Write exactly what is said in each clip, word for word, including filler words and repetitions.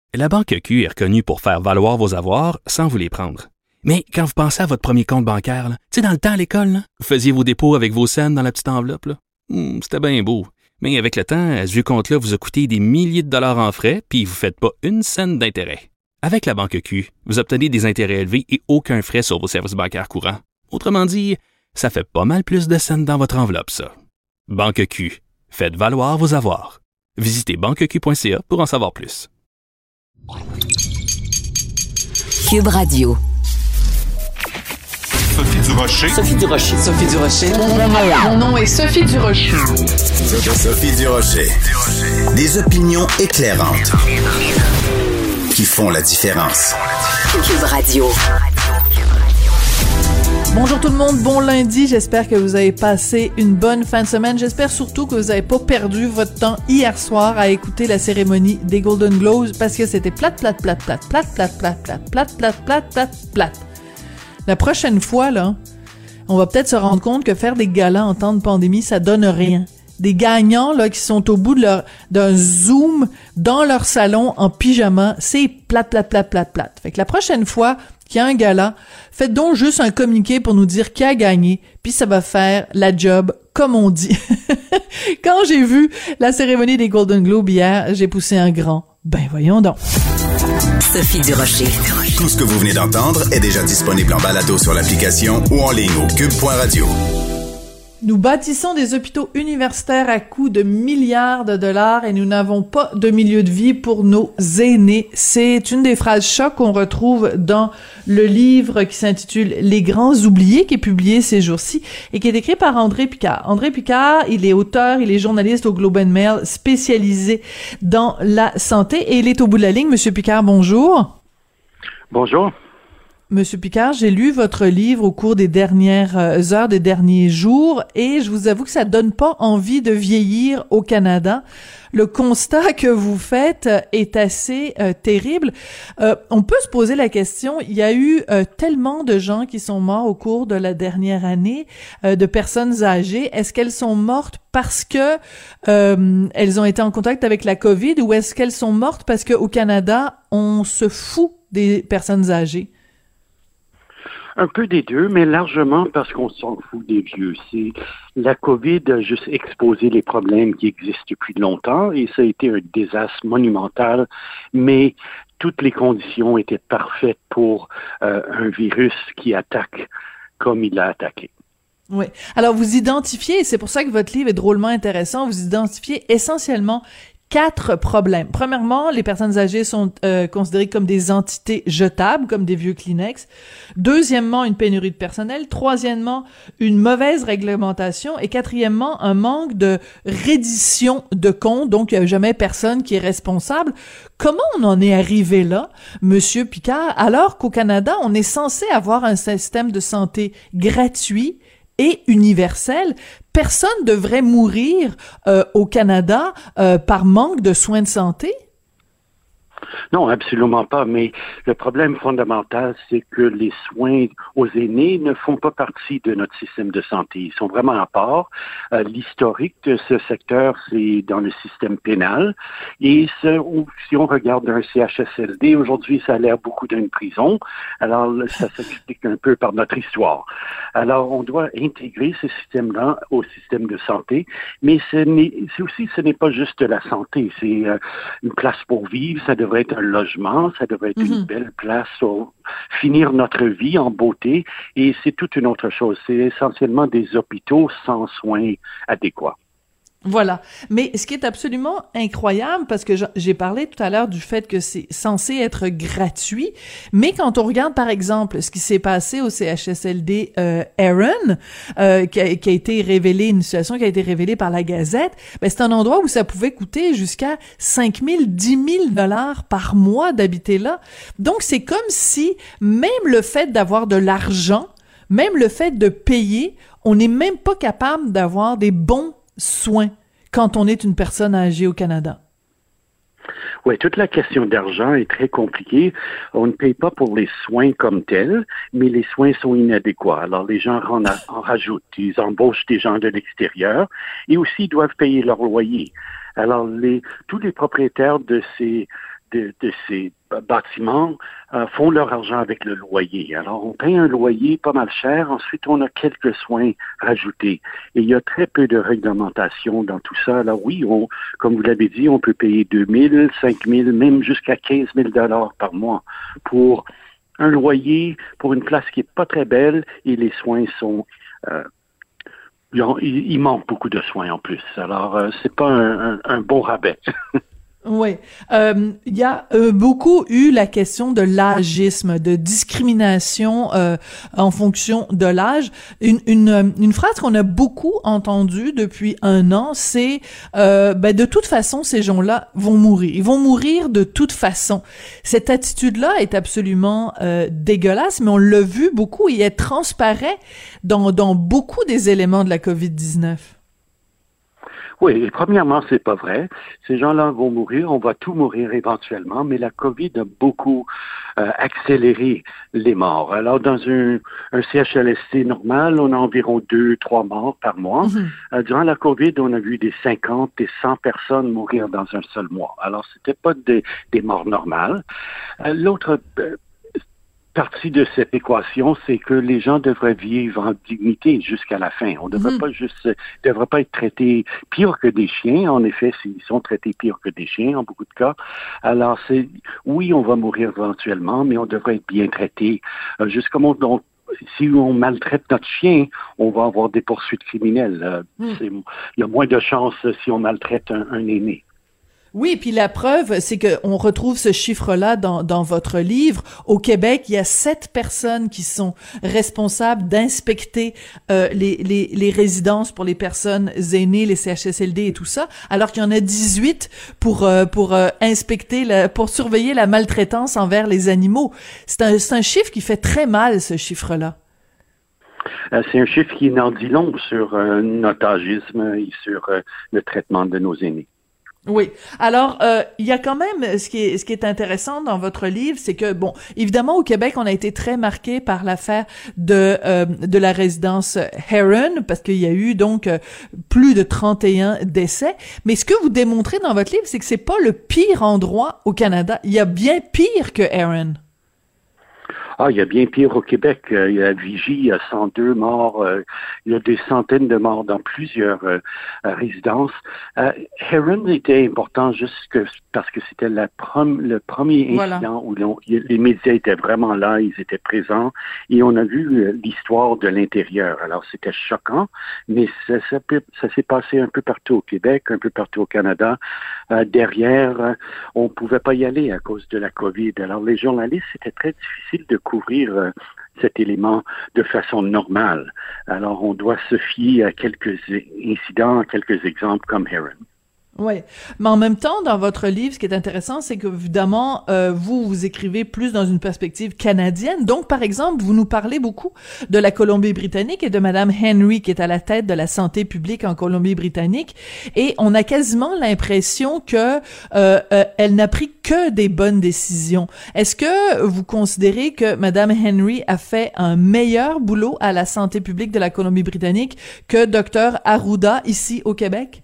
La Banque Q est reconnue pour faire valoir vos avoirs sans vous les prendre. Mais quand vous pensez à votre premier compte bancaire, tu sais, dans le temps à l'école, là, vous faisiez vos dépôts avec vos scènes dans la petite enveloppe. Là. Hum, c'était bien beau. Mais avec le temps, ce vieux compte-là vous a coûté des milliers de dollars en frais, puis vous ne faites pas une scène d'intérêt. Avec la Banque Q, vous obtenez des intérêts élevés et aucun frais sur vos services bancaires courants. Autrement dit, ça fait pas mal plus de scènes dans votre enveloppe, ça. Banque Q. Faites valoir vos avoirs. Visitez banque q point c a pour en savoir plus. Cube Radio. Sophie Durocher. Sophie Durocher. Sophie Durocher. Mon nom est Sophie Durocher. Sophie Durocher. Des opinions éclairantes qui font la différence. Cube Radio. Bonjour tout le monde, bon lundi, j'espère que vous avez passé une bonne fin de semaine, j'espère surtout que vous n'avez pas perdu votre temps hier soir à écouter la cérémonie des Golden Globes parce que c'était plate, plate, plate, plate, plate, plate, plate, plate, plate, plate, plate, plate, plate. La prochaine fois, là, on va peut-être se rendre compte que faire des galas en temps de pandémie, ça donne rien. Des gagnants, là, qui sont au bout de leur, d'un Zoom dans leur salon en pyjama, c'est plate, plate, plate, plate, plate. Fait que la prochaine fois qu'il y a un gala, faites donc juste un communiqué pour nous dire qui a gagné, puis ça va faire la job, comme on dit. Quand j'ai vu la cérémonie des Golden Globes hier, j'ai poussé un grand « ben voyons donc ». Sophie Durocher. Tout ce que vous venez d'entendre est déjà disponible en balado sur l'application ou en ligne au cube point radio. Nous bâtissons des hôpitaux universitaires à coût de milliards de dollars et nous n'avons pas de milieu de vie pour nos aînés. C'est une des phrases choc qu'on retrouve dans le livre qui s'intitule « Les grands oubliés » qui est publié ces jours-ci et qui est écrit par André Picard. André Picard, il est auteur, il est journaliste au Globe and Mail spécialisé dans la santé et il est au bout de la ligne. Monsieur Picard, bonjour. Bonjour. Monsieur Picard, j'ai lu votre livre au cours des dernières heures, des derniers jours, et je vous avoue que ça donne pas envie de vieillir au Canada. Le constat que vous faites est assez euh, terrible. Euh, on peut se poser la question, il y a eu euh, tellement de gens qui sont morts au cours de la dernière année, euh, de personnes âgées. Est-ce qu'elles sont mortes parce que euh, elles ont été en contact avec la COVID ou est-ce qu'elles sont mortes parce qu'au Canada, on se fout des personnes âgées? Un peu des deux, mais largement parce qu'on s'en fout des vieux. C'est la COVID a juste exposé les problèmes qui existent depuis longtemps et ça a été un désastre monumental, mais toutes les conditions étaient parfaites pour euh, un virus qui attaque comme il l'a attaqué. Oui. Alors, vous identifiez, et c'est pour ça que votre livre est drôlement intéressant, vous identifiez essentiellement quatre problèmes. Premièrement, les personnes âgées sont euh, considérées comme des entités jetables, comme des vieux Kleenex. Deuxièmement, une pénurie de personnel. Troisièmement, une mauvaise réglementation. Et quatrièmement, un manque de reddition de comptes. Donc, il n'y a jamais personne qui est responsable. Comment on en est arrivé là, Monsieur Picard, alors qu'au Canada, on est censé avoir un système de santé gratuit et universel? Personne devrait mourir euh, au Canada euh, par manque de soins de santé? Non, absolument pas. Mais le problème fondamental, c'est que les soins aux aînés ne font pas partie de notre système de santé. Ils sont vraiment à part. Euh, l'historique de ce secteur, c'est dans le système pénal. Et ce, si on regarde un C H S L D, aujourd'hui, ça a l'air beaucoup d'une prison. Alors, ça s'explique un peu par notre histoire. Alors, on doit intégrer ce système-là au système de santé. Mais ce n'est, c'est aussi, ce n'est pas juste la santé. C'est euh, une place pour vivre. Ça devrait être un logement, ça devrait être mm-hmm. une belle place pour finir notre vie en beauté et c'est toute une autre chose. C'est essentiellement des hôpitaux sans soins adéquats. Voilà. Mais ce qui est absolument incroyable, parce que j'ai parlé tout à l'heure du fait que c'est censé être gratuit, mais quand on regarde, par exemple, ce qui s'est passé au C H S L D euh, Erin, euh, qui, a, qui a été révélé, une situation qui a été révélée par la Gazette, ben c'est un endroit où ça pouvait coûter jusqu'à cinq mille, dix mille dollars par mois d'habiter là. Donc, c'est comme si même le fait d'avoir de l'argent, même le fait de payer, on n'est même pas capable d'avoir des bons soins quand on est une personne âgée au Canada. Oui, toute la question d'argent est très compliquée. On ne paye pas pour les soins comme tels, mais les soins sont inadéquats. Alors, les gens en, a, en rajoutent. Ils embauchent des gens de l'extérieur et aussi ils doivent payer leur loyer. Alors, les, tous les propriétaires de ces de, de ces bâtiments euh, font leur argent avec le loyer. Alors, on paye un loyer pas mal cher. Ensuite, on a quelques soins rajoutés. Et il y a très peu de réglementation dans tout ça. Alors oui, on, comme vous l'avez dit, on peut payer deux mille, cinq mille, même jusqu'à quinze mille dollars par mois pour un loyer, pour une place qui est pas très belle et les soins sont... Euh, il, il manque beaucoup de soins en plus. Alors, euh, c'est pas un, un, un bon rabais. Oui. Euh, il y a euh, beaucoup eu la question de l'âgisme, de discrimination euh, en fonction de l'âge. Une, une, une phrase qu'on a beaucoup entendue depuis un an, c'est euh, ben, de toute façon, ces gens-là vont mourir. Ils vont mourir de toute façon. Cette attitude-là est absolument euh, dégueulasse, mais on l'a vu beaucoup et elle transparaît dans, dans beaucoup des éléments de la covid dix-neuf. Oui, et premièrement, c'est pas vrai. Ces gens-là vont mourir, on va tous mourir éventuellement, mais la COVID a beaucoup euh, accéléré les morts. Alors, dans un, un C H L S C normal, on a environ deux, trois morts par mois. Mm-hmm. Euh, durant la COVID, on a vu des cinquante, des cent personnes mourir dans un seul mois. Alors, c'était pas des, des morts normales. Euh, l'autre euh, partie de cette équation, c'est que les gens devraient vivre en dignité jusqu'à la fin. On ne devrait mmh. pas juste, devrait pas être traités pire que des chiens. En effet, ils sont traités pire que des chiens en beaucoup de cas. Alors, c'est, oui, on va mourir éventuellement, mais on devrait être bien traités. Euh, juste comme on, on si on maltraite notre chien, on va avoir des poursuites criminelles. Euh, mmh. c'est, il y a moins de chances si on maltraite un, un aîné. Oui, puis la preuve, c'est que on retrouve ce chiffre-là dans, dans votre livre. Au Québec, il y a sept personnes qui sont responsables d'inspecter euh, les, les, les résidences pour les personnes aînées, les C H S L D et tout ça, alors qu'il y en a dix-huit pour euh, pour euh, inspecter, la, pour surveiller la maltraitance envers les animaux. C'est un, c'est un chiffre qui fait très mal, ce chiffre-là. Euh, c'est un chiffre qui n'en dit long sur euh, notre agisme et sur euh, le traitement de nos aînés. Oui. Alors, euh, il y a quand même ce qui est ce qui est intéressant dans votre livre, c'est que bon, évidemment au Québec, on a été très marqué par l'affaire de euh, de la résidence Heron, parce qu'il y a eu donc euh, plus de trente et un décès. Mais ce que vous démontrez dans votre livre, c'est que c'est pas le pire endroit au Canada. Il y a bien pire que Heron. Ah, il y a bien pire au Québec. Il y a Vigie, il y a cent deux morts. Euh, il y a des centaines de morts dans plusieurs euh, résidences. Euh, Heron était important juste que, parce que c'était la prom- le premier incident voilà. où les médias étaient vraiment là, ils étaient présents, et on a vu euh, l'histoire de l'intérieur. Alors, c'était choquant, mais ça, ça, peut, ça s'est passé un peu partout au Québec, un peu partout au Canada. Euh, derrière, euh, on pouvait pas y aller à cause de la COVID. Alors, les journalistes, c'était très difficile de couvrir euh, cet élément de façon normale. Alors, on doit se fier à quelques incidents, à quelques exemples comme Heron. Oui, mais en même temps, dans votre livre, ce qui est intéressant, c'est que évidemment, euh, vous vous écrivez plus dans une perspective canadienne. Donc, par exemple, vous nous parlez beaucoup de la Colombie-Britannique et de Madame Henry, qui est à la tête de la santé publique en Colombie-Britannique. Et on a quasiment l'impression que euh, euh, elle n'a pris que des bonnes décisions. Est-ce que vous considérez que Madame Henry a fait un meilleur boulot à la santé publique de la Colombie-Britannique que Docteur Arruda ici au Québec?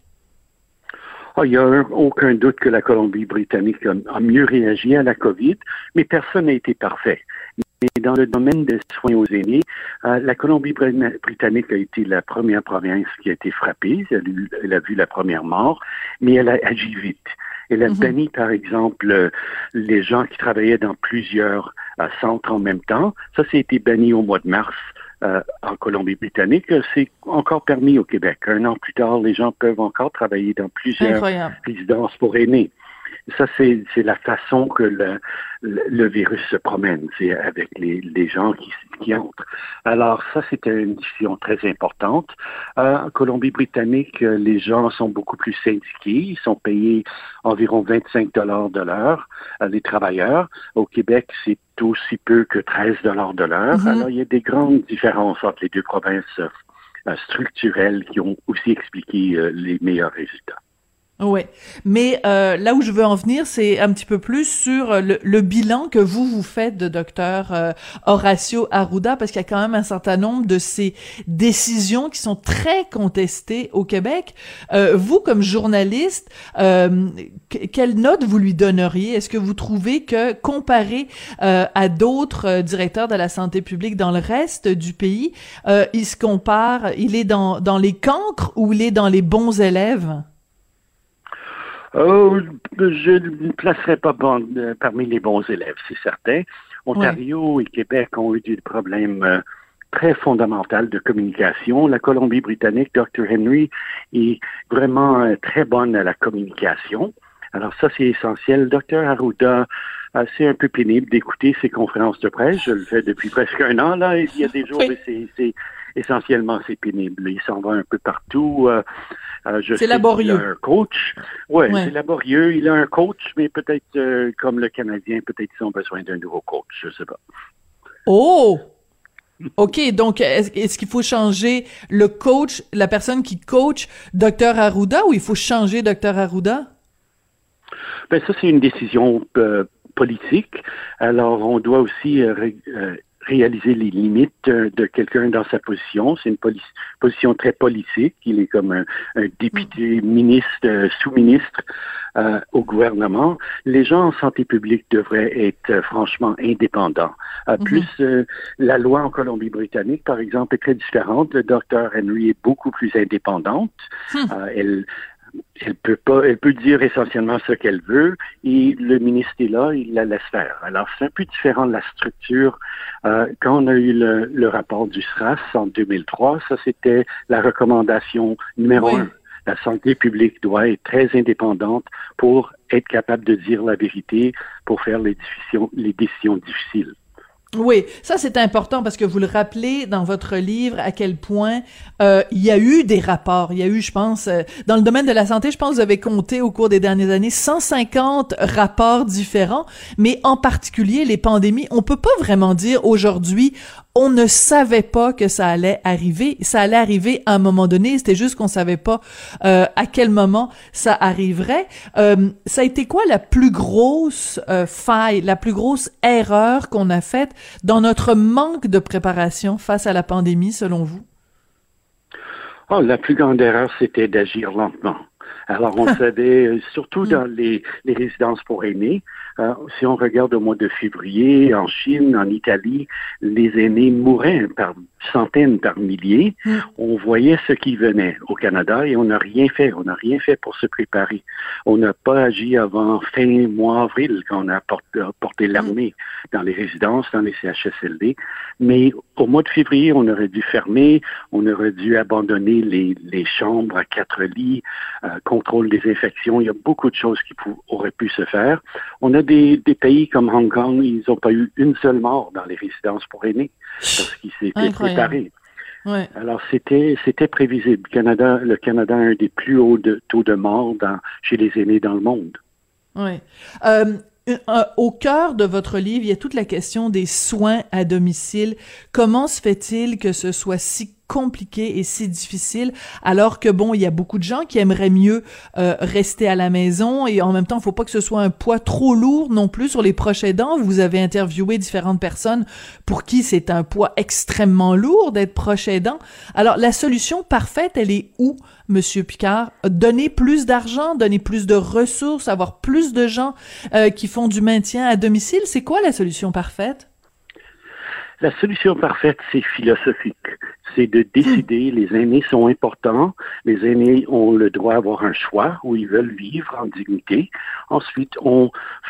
Ah, il n'y a aucun doute que la Colombie-Britannique a, a mieux réagi à la COVID, mais personne n'a été parfait. Et dans le domaine des soins aux aînés, euh, la Colombie-Britannique a été la première province qui a été frappée. Elle a, eu, elle a vu la première mort, mais elle a agi vite. Elle a mm-hmm. banni, par exemple, euh, les gens qui travaillaient dans plusieurs euh, centres en même temps. Ça, ça a été banni au mois de mars. Euh, en Colombie-Britannique, c'est encore permis au Québec. Un an plus tard, les gens peuvent encore travailler dans plusieurs Incroyable. résidences pour aînés. Ça, c'est, c'est la façon que le, le, le virus se promène, c'est avec les, les gens qui, qui entrent. Alors, ça, c'était une décision très importante. Euh, en Colombie-Britannique, les gens sont beaucoup plus syndiqués. Ils sont payés environ vingt-cinq dollars de l'heure, euh, les travailleurs. Au Québec, c'est aussi peu que treize dollars de l'heure. Mm-hmm. Alors, il y a des grandes différences entre les deux provinces euh, structurelles qui ont aussi expliqué euh, les meilleurs résultats. Ouais, mais euh, là où je veux en venir, c'est un petit peu plus sur le, le bilan que vous vous faites de docteur euh, Horacio Arruda, parce qu'il y a quand même un certain nombre de ces décisions qui sont très contestées au Québec. Euh, vous, comme journaliste, euh, que- quelle note vous lui donneriez? Est-ce que vous trouvez que, comparé euh, à d'autres euh, directeurs de la santé publique dans le reste du pays, euh, il se compare, il est dans, dans les cancres ou il est dans les bons élèves? Oh, je ne me placerai pas bon, euh, parmi les bons élèves, c'est certain. Ontario et Québec ont eu des problèmes euh, très fondamentaux de communication. La Colombie-Britannique, docteur Henry, est vraiment euh, très bonne à la communication. Alors ça, c'est essentiel. docteur Arruda, euh, c'est un peu pénible d'écouter ses conférences de presse. Je le fais depuis presque un an, là. Il y a des jours, Oui. mais c'est, c'est essentiellement, c'est pénible. Il s'en va un peu partout. Euh, Euh, je C'est sais laborieux. qu'il a un coach. Ouais, Ouais. c'est laborieux. Il a un coach, mais peut-être euh, comme le Canadien, peut-être qu'ils ont besoin d'un nouveau coach. Je sais pas. Oh! OK, donc est-ce, est-ce qu'il faut changer le coach, la personne qui coach docteur Arruda, ou il faut changer docteur Arruda? Ben ça, c'est une décision euh, politique. Alors, on doit aussi euh, ré- euh, réaliser les limites euh, de quelqu'un dans sa position. C'est une poli- position très politique. Il est comme un, un député, ministre, euh, sous-ministre euh, au gouvernement. Les gens en santé publique devraient être euh, franchement indépendants. Euh, Mhm. Plus euh, la loi en Colombie-Britannique, par exemple, est très différente. Le docteur Henry est beaucoup plus indépendante. Hmm. Euh, elle Elle peut pas, elle peut dire essentiellement ce qu'elle veut et le ministre est là, il la laisse faire. Alors, c'est un peu différent de la structure. Euh, quand on a eu le, le rapport du S R A S en deux mille trois, ça c'était la recommandation numéro Oui. un. La santé publique doit être très indépendante pour être capable de dire la vérité, pour faire les décisions, les décisions difficiles. Oui, ça c'est important parce que vous le rappelez dans votre livre à quel point euh, il y a eu des rapports. Il y a eu, je pense, euh, dans le domaine de la santé, je pense que vous avez compté au cours des dernières années cent cinquante rapports différents, mais en particulier les pandémies. On peut pas vraiment dire aujourd'hui on ne savait pas que ça allait arriver. Ça allait arriver à un moment donné. C'était juste qu'on savait pas euh, à quel moment ça arriverait. Euh, ça a été quoi la plus grosse euh, faille, la plus grosse erreur qu'on a faite dans notre manque de préparation face à la pandémie, selon vous? Oh, la plus grande erreur, c'était d'agir lentement. Alors, on savait, surtout dans les, les résidences pour aînés, euh, si on regarde au mois de février, en Chine, en Italie, les aînés mouraient par centaines, par milliers. Mm. On voyait ce qui venait au Canada et on n'a rien fait. On n'a rien fait pour se préparer. On n'a pas agi avant fin mois avril, quand on a porté, porté l'armée dans les résidences, dans les C H S L D. Mais au mois de février, on aurait dû fermer, on aurait dû abandonner les, les chambres à quatre lits, euh, contrôle des infections. Il y a beaucoup de choses qui pou- auraient pu se faire. On a des, des pays comme Hong Kong, ils n'ont pas eu une seule mort dans les résidences pour aînés parce qu'ils s'étaient Incroyable. préparés. Ouais. Alors, c'était c'était prévisible. Le Canada, le Canada a un des plus hauts de, taux de mort dans, chez les aînés dans le monde. Ouais. Euh, euh, au cœur de votre livre, il y a toute la question des soins à domicile. Comment se fait-il que ce soit si compliqué et si difficile, alors que bon, il y a beaucoup de gens qui aimeraient mieux euh, rester à la maison et en même temps, il faut pas que ce soit un poids trop lourd non plus sur les proches aidants. Vous avez interviewé différentes personnes pour qui c'est un poids extrêmement lourd d'être proche aidant. Alors, la solution parfaite, elle est où, Monsieur Picard? Donner plus d'argent, donner plus de ressources, avoir plus de gens euh, qui font du maintien à domicile. C'est quoi la solution parfaite? La solution parfaite, c'est philosophique. C'est de décider, les aînés sont importants, les aînés ont le droit d'avoir un choix où ils veulent vivre en dignité. Ensuite, on,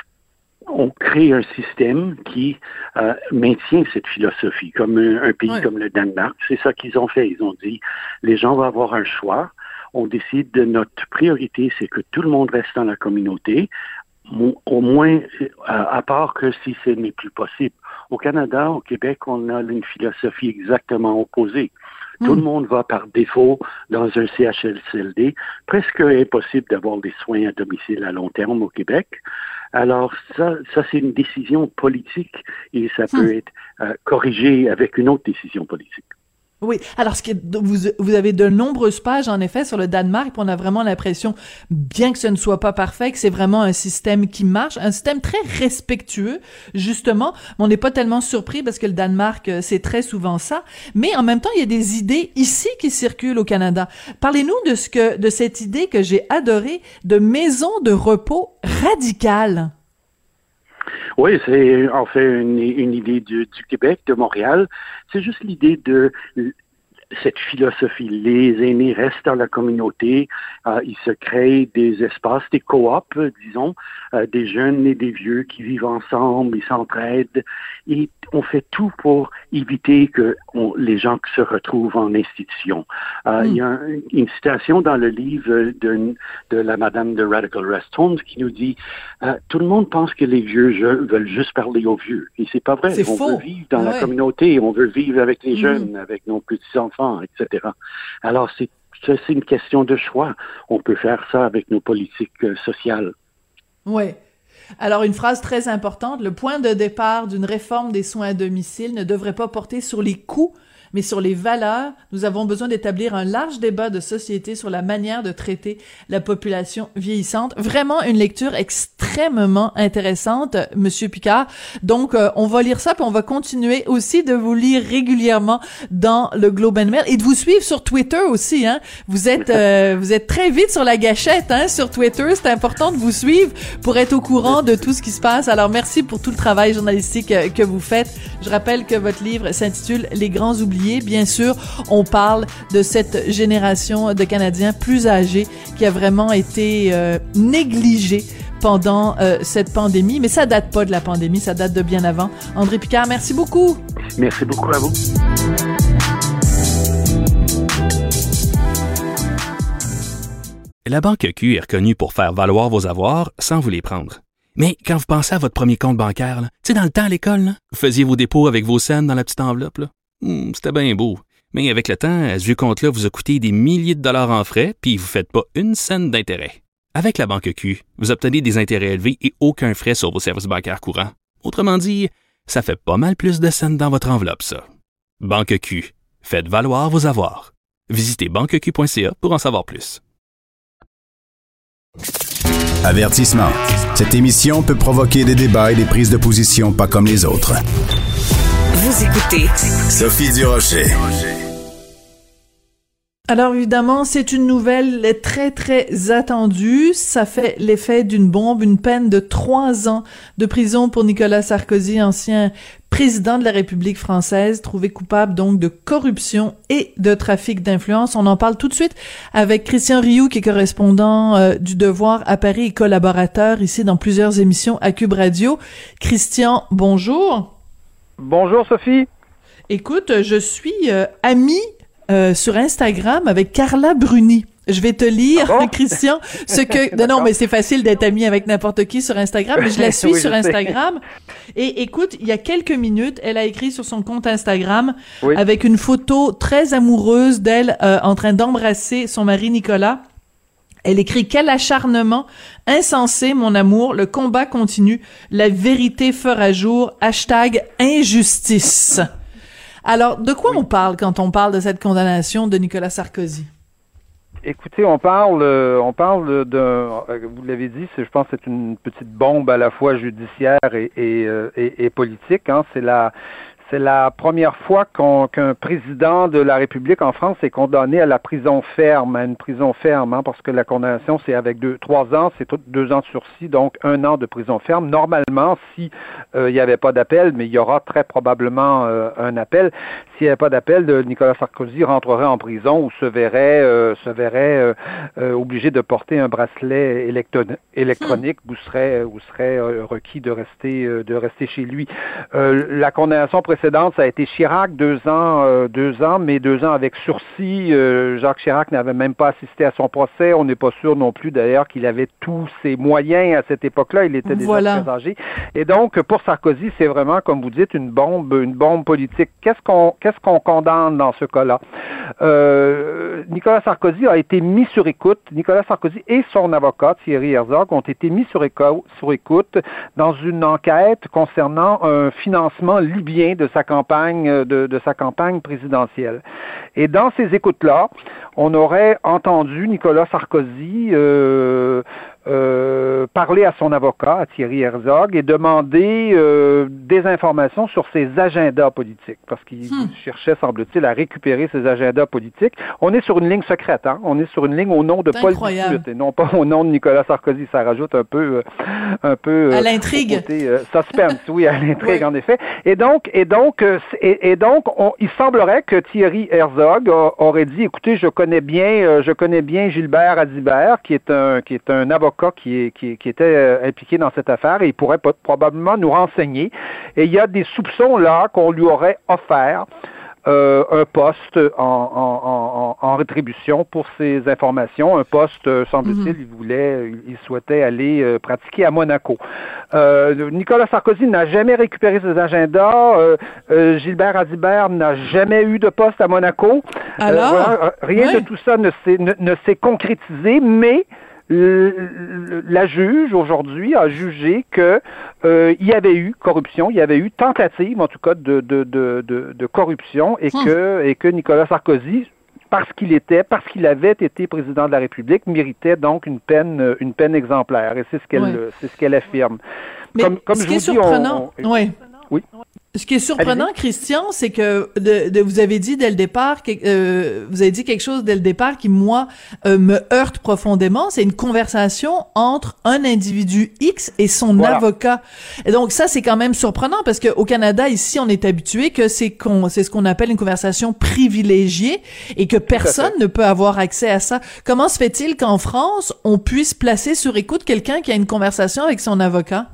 on crée un système qui euh, maintient cette philosophie, comme un, un pays Ouais. comme le Danemark. C'est ça qu'ils ont fait. Ils ont dit, les gens vont avoir un choix. On décide de notre priorité, c'est que tout le monde reste dans la communauté, au moins, à part que si ce n'est plus possible. Au Canada, au Québec, on a une philosophie exactement opposée. Tout Mm. le monde va par défaut dans un C H S L D. Presque impossible d'avoir des soins à domicile à long terme au Québec. Alors ça, ça c'est une décision politique et ça peut Mm. être euh, corrigé avec une autre décision politique. Oui. Alors, ce qui est, vous, vous avez de nombreuses pages, en effet, sur le Danemark, puis on a vraiment l'impression, bien que ce ne soit pas parfait, que c'est vraiment un système qui marche, un système très respectueux, justement. Mais on n'est pas tellement surpris parce que le Danemark, c'est très souvent ça. Mais en même temps, il y a des idées ici qui circulent au Canada. Parlez-nous de ce que, de cette idée que j'ai adorée de maison de repos radicale. Oui, c'est en fait une, une idée du, du Québec, de Montréal. C'est juste l'idée de cette philosophie. Les aînés restent dans la communauté, euh, ils se créent des espaces, des coops, disons, euh, des jeunes et des vieux qui vivent ensemble, ils s'entraident, et on fait tout pour éviter que on, les gens se retrouvent en institution. Euh, mm. Il y a un, une citation dans le livre de, de la madame de Radical Rest Homes qui nous dit euh, « Tout le monde pense que les vieux je, veulent juste parler aux vieux. » Et c'est pas vrai. C'est on faux. veut vivre dans ouais. la communauté, on veut vivre avec les mm. jeunes, avec nos petits-enfants, et cetera. Alors, c'est, c'est une question de choix. On peut faire ça avec nos politiques euh, sociales. Oui. Alors, une phrase très importante, le point de départ d'une réforme des soins à domicile ne devrait pas porter sur les coûts, mais sur les valeurs. Nous avons besoin d'établir un large débat de société sur la manière de traiter la population vieillissante. Vraiment une lecture extrêmement intéressante, Monsieur Picard. Donc, euh, on va lire ça, puis on va continuer aussi de vous lire régulièrement dans le Globe and Mail et de vous suivre sur Twitter aussi. Hein. Vous êtes, euh, vous êtes très vite sur la gâchette, hein, sur Twitter. C'est important de vous suivre pour être au courant de tout ce qui se passe. Alors, merci pour tout le travail journalistique euh, que vous faites. Je rappelle que votre livre s'intitule Les grands oubliés. Bien sûr, on parle de cette génération de Canadiens plus âgés qui a vraiment été euh, négligée pendant euh, cette pandémie. Mais ça date pas de la pandémie, ça date de bien avant. André Picard, merci beaucoup. Merci beaucoup à vous. La Banque Q est reconnue pour faire valoir vos avoirs sans vous les prendre. Mais quand vous pensez à votre premier compte bancaire, tu sais, dans le temps à l'école, là, vous faisiez vos dépôts avec vos scènes dans la petite enveloppe, là. Hmm, c'était bien beau. Mais avec le temps, ce vieux compte-là vous a coûté des milliers de dollars en frais, puis vous ne faites pas une scène d'intérêt. Avec la Banque Q, vous obtenez des intérêts élevés et aucun frais sur vos services bancaires courants. Autrement dit, ça fait pas mal plus de scènes dans votre enveloppe, ça. Banque Q. Faites valoir vos avoirs. Visitez banque q point c a pour en savoir plus. Avertissement. Cette émission peut provoquer des débats et des prises de position pas comme les autres. Vous écoutez Sophie Durocher. Alors évidemment, c'est une nouvelle très très attendue. Ça fait l'effet d'une bombe, une peine de trois ans de prison pour Nicolas Sarkozy, ancien président de la République française, trouvé coupable donc de corruption et de trafic d'influence. On en parle tout de suite avec Christian Rioux, qui est correspondant euh, du Devoir à Paris et collaborateur ici dans plusieurs émissions à Cube Radio. Christian, bonjour. Bonjour Sophie. Écoute, je suis euh, amie euh, sur Instagram avec Carla Bruni. Je vais te lire, ah bon? Christian, ce que... Non, non, mais c'est facile d'être ami avec n'importe qui sur Instagram, mais je la suis oui, sur Instagram. Et écoute, il y a quelques minutes, elle a écrit sur son compte Instagram, oui. avec une photo très amoureuse d'elle euh, en train d'embrasser son mari Nicolas. Elle écrit « Quel acharnement insensé, mon amour, le combat continue, la vérité fera jour, hashtag injustice ». Alors, de quoi oui. on parle quand on parle de cette condamnation de Nicolas Sarkozy? Écoutez, on parle, euh, on parle de, vous l'avez dit, c'est, je pense que c'est une petite bombe à la fois judiciaire et, et, euh, et, et politique. Hein. C'est la C'est la première fois qu'on, qu'un président de la République en France est condamné à la prison ferme, à une prison ferme, hein, parce que la condamnation, c'est avec deux, trois ans, c'est tout, deux ans de sursis, donc un an de prison ferme. Normalement, si euh, il n'y avait pas d'appel, mais il y aura très probablement euh, un appel, s'il n'y avait pas d'appel, de Nicolas Sarkozy rentrerait en prison ou se verrait, euh, se verrait euh, euh, obligé de porter un bracelet électron- électronique mmh. ou serait, ou serait euh, requis de rester, euh, de rester chez lui. Euh, la condamnation précédente, ça a été Chirac, deux ans, euh, deux ans, mais deux ans avec sursis. Euh, Jacques Chirac n'avait même pas assisté à son procès. On n'est pas sûr non plus, d'ailleurs, qu'il avait tous ses moyens à cette époque-là. Il était déjà voilà. très âgé. Et donc, pour Sarkozy, c'est vraiment, comme vous dites, une bombe, une bombe politique. Qu'est-ce qu'on, qu'est-ce qu'on condamne dans ce cas-là? Euh, Nicolas Sarkozy a été mis sur écoute. Nicolas Sarkozy et son avocat, Thierry Herzog, ont été mis sur, éco- sur écoute dans une enquête concernant un financement libyen de de sa campagne, de, de sa campagne présidentielle. Et dans ces écoutes-là, on aurait entendu Nicolas Sarkozy euh, euh, parler à son avocat, à Thierry Herzog, et demander euh, des informations sur ses agendas politiques, parce qu'il hmm. cherchait, semble-t-il, à récupérer ses agendas politiques. On est sur une ligne secrète, hein? On est sur une ligne au nom de C'est Paul incroyable. Bismuth, et non pas au nom de Nicolas Sarkozy. Ça rajoute un peu, euh, un peu à euh, l'intrigue, côté, euh, suspense, oui, à l'intrigue, oui. en effet. Et donc, et donc, euh, et, et donc, on, il semblerait que Thierry Herzog a, aurait dit, écoutez, je connais bien, euh, je connais bien Gilbert Hadibert, qui est un, qui est un avocat qui est, qui, qui était euh, impliqué dans cette affaire, et il pourrait pas, probablement nous renseigner. Et il y a des soupçons là qu'on lui aurait offert euh, un poste en, en, en, en rétribution pour ces informations, un poste, euh, semble-t-il, mm-hmm. il voulait, il souhaitait aller euh, pratiquer à Monaco. Euh, Nicolas Sarkozy n'a jamais récupéré ses agendas. Euh, euh, Gilbert Hadibert n'a jamais eu de poste à Monaco. Alors, euh, voilà, rien oui. de tout ça ne s'est, ne, ne s'est concrétisé, mais la juge aujourd'hui a jugé que euh, il y avait eu corruption, il y avait eu tentative en tout cas de de de de, de corruption et hum. que et que Nicolas Sarkozy, parce qu'il était, parce qu'il avait été président de la République, méritait donc une peine une peine exemplaire, et c'est ce qu'elle oui. c'est ce qu'elle affirme. Mais comme comme ce je qui vous est dis, surprenant, on, on, oui. Oui. Ce qui est surprenant, Allez-y. Christian, c'est que de, de, vous avez dit dès le départ, que, euh, vous avez dit quelque chose dès le départ qui, moi, euh, me heurte profondément. C'est une conversation entre un individu X et son voilà. avocat. Et donc, ça, c'est quand même surprenant parce qu'au Canada, ici, on est habitué que c'est, qu'on, c'est ce qu'on appelle une conversation privilégiée et que personne ne peut avoir accès à ça. Comment se fait-il qu'en France, on puisse placer sur écoute quelqu'un qui a une conversation avec son avocat?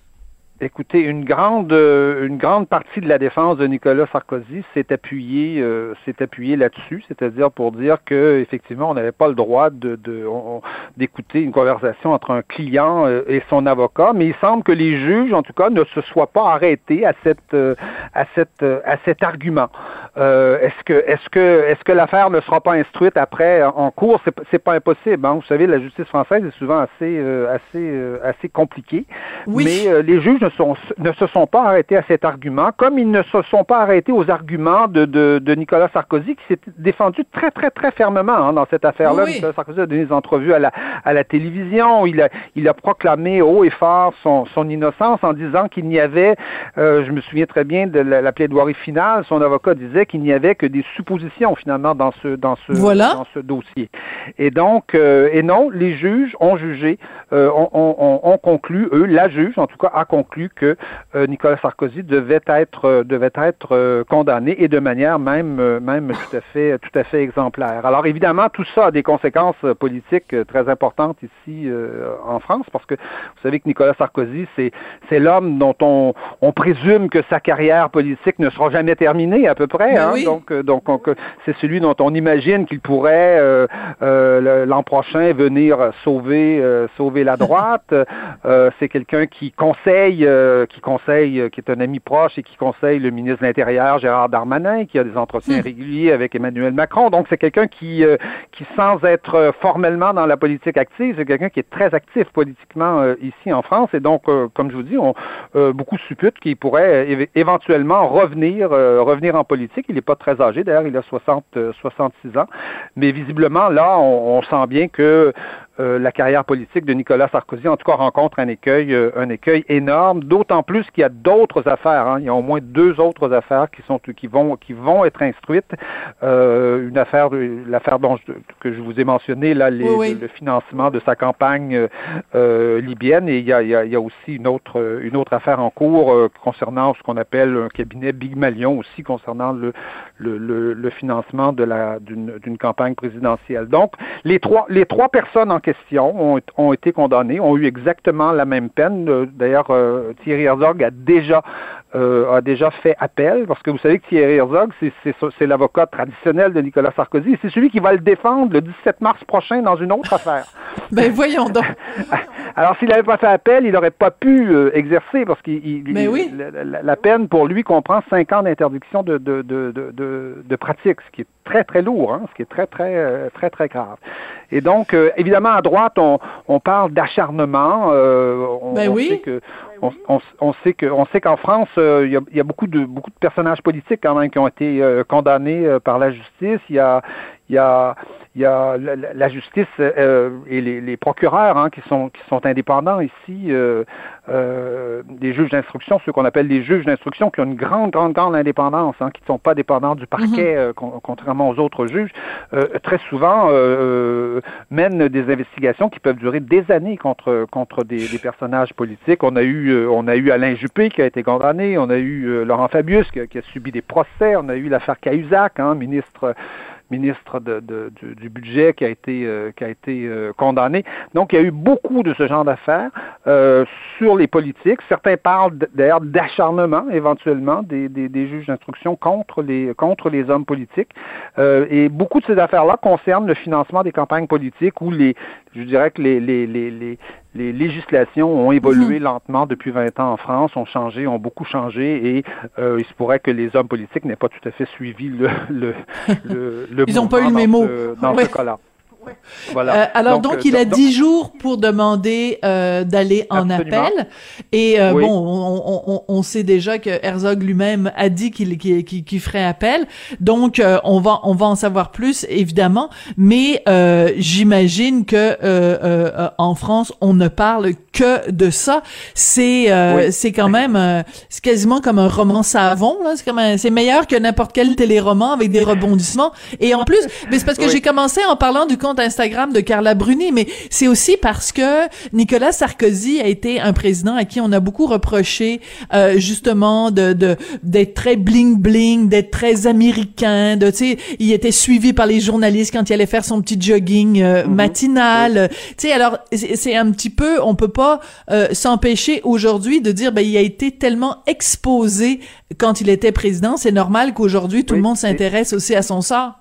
Écoutez, une grande, euh, une grande partie de la défense de Nicolas Sarkozy s'est appuyée, euh, s'est appuyée là-dessus, c'est-à-dire pour dire que effectivement, on n'avait pas le droit de, de on, d'écouter une conversation entre un client euh, et son avocat, mais il semble que les juges, en tout cas, ne se soient pas arrêtés à cette, euh, à cette, euh, à cet argument. Euh, est-ce que, est-ce que, est-ce que l'affaire ne sera pas instruite après en cours? C'est, c'est pas impossible. Hein? Vous savez, la justice française est souvent assez, euh, assez, euh, assez compliquée, oui. mais euh, les juges ne Sont, ne se sont pas arrêtés à cet argument, comme ils ne se sont pas arrêtés aux arguments de, de, de Nicolas Sarkozy, qui s'est défendu très, très, très fermement hein, dans cette affaire-là. Oui. Nicolas Sarkozy a donné des entrevues à la, à la télévision. Il a, il a proclamé haut et fort son, son innocence en disant qu'il n'y avait, euh, je me souviens très bien de la, la plaidoirie finale, son avocat disait qu'il n'y avait que des suppositions, finalement, dans ce, dans ce, voilà. dans ce dossier. Et donc, euh, et non, les juges ont jugé, euh, ont, ont, ont conclu, eux, la juge, en tout cas, a conclu que euh, Nicolas Sarkozy devait être euh, devait être euh, condamné et de manière même euh, même tout à fait tout à fait exemplaire. Alors évidemment tout ça a des conséquences euh, politiques euh, très importantes ici euh, en France parce que vous savez que Nicolas Sarkozy c'est c'est l'homme dont on on présume que sa carrière politique ne sera jamais terminée à peu près. Hein? Oui. Donc euh, donc on, c'est celui dont on imagine qu'il pourrait euh, euh, l'an prochain venir sauver euh, sauver la droite. euh, c'est quelqu'un qui conseille Euh, qui conseille, euh, qui est un ami proche et qui conseille le ministre de l'Intérieur, Gérard Darmanin, qui a des entretiens mmh. réguliers avec Emmanuel Macron. Donc, c'est quelqu'un qui, euh, qui sans être euh, formellement dans la politique active, c'est quelqu'un qui est très actif politiquement euh, ici en France. Et donc, euh, comme je vous dis, on, euh, beaucoup supputent qu'il pourrait euh, éventuellement revenir, euh, revenir en politique. Il n'est pas très âgé, d'ailleurs, il a soixante, euh, soixante-six ans. Mais visiblement, là, on, on sent bien que Euh, la carrière politique de Nicolas Sarkozy, en tout cas, rencontre un écueil, euh, un écueil énorme, d'autant plus qu'il y a d'autres affaires. Hein. Il y a au moins deux autres affaires qui sont qui vont qui vont être instruites. Euh, une affaire, l'affaire dont je, que je vous ai mentionné, là, les, oui, oui. Le, le financement de sa campagne euh, libyenne, et il y a il y a, il y a aussi une autre une autre affaire en cours euh, concernant ce qu'on appelle un cabinet Big Malion aussi concernant le le, le, le financement de la d'une d'une campagne présidentielle. Donc les trois les trois personnes en question Ont, ont été condamnés, ont eu exactement la même peine. D'ailleurs, euh, Thierry Herzog a déjà euh, a déjà fait appel, parce que vous savez que Thierry Herzog, c'est, c'est, c'est l'avocat traditionnel de Nicolas Sarkozy, et c'est celui qui va le défendre le dix-sept mars prochain dans une autre affaire. Ben voyons donc. Alors, s'il n'avait pas fait appel, il n'aurait pas pu euh, exercer, parce qu'il il, Mais il, oui. la, la, la peine pour lui comprend cinq ans d'interdiction de, de, de, de, de, de pratique, ce qui est très, très lourd, hein, ce qui est très, très, euh, très, très grave. Et donc, euh, évidemment, à droite, on, on parle d'acharnement. Euh, on, ben on oui. sait que on, on, on sait que, on sait qu'en France, euh, il y a, il y a beaucoup de, beaucoup de personnages politiques quand même qui ont été euh, condamnés euh, par la justice. Il y a, il y a, il y a la, la justice euh, et les, les procureurs hein, qui sont, qui sont indépendants ici, euh, euh, des juges d'instruction, ceux qu'on appelle les juges d'instruction, qui ont une grande, grande, grande indépendance, hein, qui ne sont pas dépendants du parquet, mm-hmm. euh, con, contrairement aux autres juges, euh, très souvent euh, mènent des investigations qui peuvent durer des années contre, contre des, des personnages politiques. On a eu, euh, on a eu Alain Juppé qui a été condamné, on a eu euh, Laurent Fabius qui a, qui a subi des procès, on a eu l'affaire Cahuzac, hein, ministre ministre de, de, du, du budget qui a été euh, qui a été euh, condamné. Donc, il y a eu beaucoup de ce genre d'affaires euh, sur les politiques. Certains parlent d'ailleurs d'acharnement, éventuellement, des, des, des juges d'instruction contre les contre les hommes politiques. Euh, et beaucoup de ces affaires-là concernent le financement des campagnes politiques où les, je dirais que les les les les, les législations ont évolué mmh. lentement depuis vingt ans en France, ont changé, ont beaucoup changé, et euh, il se pourrait que les hommes politiques n'aient pas tout à fait suivi le le le, le Ils n'ont pas eu le mémo ce, dans ouais. ce cas-là. Ouais. Voilà. Euh, alors donc, donc il a donc, dix jours pour demander euh, d'aller en absolument. appel et euh, oui. bon on, on, on sait déjà que Herzog lui-même a dit qu'il qu'il, qu'il, qu'il ferait appel, donc euh, on va on va en savoir plus évidemment, mais euh, j'imagine que euh, euh, en France on ne parle que de ça. C'est euh, oui. c'est quand même euh, c'est quasiment comme un roman savon là, c'est comme un, c'est meilleur que n'importe quel téléroman avec des rebondissements, et en plus mais c'est parce que oui. j'ai commencé en parlant du compte Instagram de Carla Bruni, mais c'est aussi parce que Nicolas Sarkozy a été un président à qui on a beaucoup reproché euh, justement de de d'être très bling bling, d'être très américain, de tu sais, il était suivi par les journalistes quand il allait faire son petit jogging euh, mm-hmm. matinal. Oui. Tu sais, alors c'est, c'est un petit peu, on peut pas euh, s'empêcher aujourd'hui de dire ben il a été tellement exposé quand il était président, c'est normal qu'aujourd'hui tout oui. le monde s'intéresse aussi à son sort.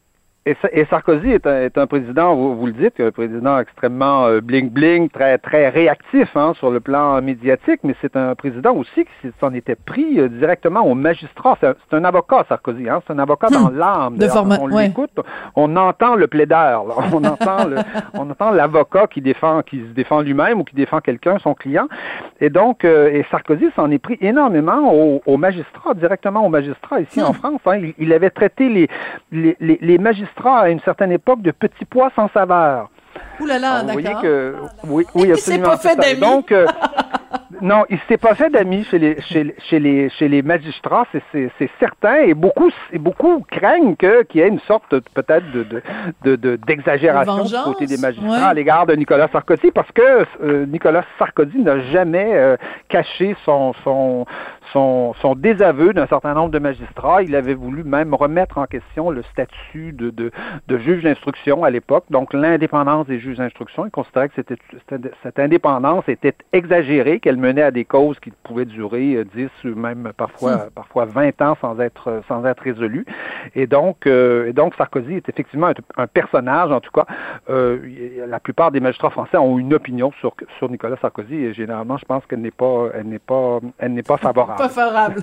Et Sarkozy est un, est un président, vous, vous le dites, un président extrêmement euh, bling-bling, très très réactif hein, sur le plan médiatique, mais c'est un président aussi qui s'en était pris euh, directement aux magistrats. C'est un, c'est un avocat, Sarkozy, hein, c'est un avocat hum, dans l'âme. De format, on ouais. l'écoute, on entend le plaideur, là. on entend le, on entend l'avocat qui défend, qui se défend lui-même ou qui défend quelqu'un, son client. Et donc, euh, et Sarkozy s'en est pris énormément aux, aux magistrats, directement aux magistrats ici hum. en France. Hein. Il, il avait traité les, les, les, les magistrats à une certaine époque de petits pois sans saveur. Ouh là là, Alors, vous d'accord. Voyez que, oui, oui, il s'est pas fait d'amis. Donc, euh, non, il s'est pas fait d'amis chez les chez, chez les chez les magistrats, c'est c'est, c'est certain, et beaucoup et beaucoup craignent que qu'il y ait une sorte peut-être de de, de, de d'exagération du côté des magistrats ouais. à l'égard de Nicolas Sarkozy, parce que euh, Nicolas Sarkozy n'a jamais euh, caché son son son son désaveu d'un certain nombre de magistrats. Il avait voulu même remettre en question le statut de de, de juge d'instruction à l'époque, donc l'indépendance des juges d'instruction. Il considérait que c'était, cette indépendance était exagérée, qu'elle menait à des causes qui pouvaient durer dix ou même parfois mmh. parfois vingt ans sans être sans être résolues. Et donc euh, et donc Sarkozy est effectivement un, un personnage, en tout cas. Euh, la plupart des magistrats français ont une opinion sur sur Nicolas Sarkozy, et généralement je pense qu'elle n'est pas elle n'est pas elle n'est pas favorable. Pas favorable.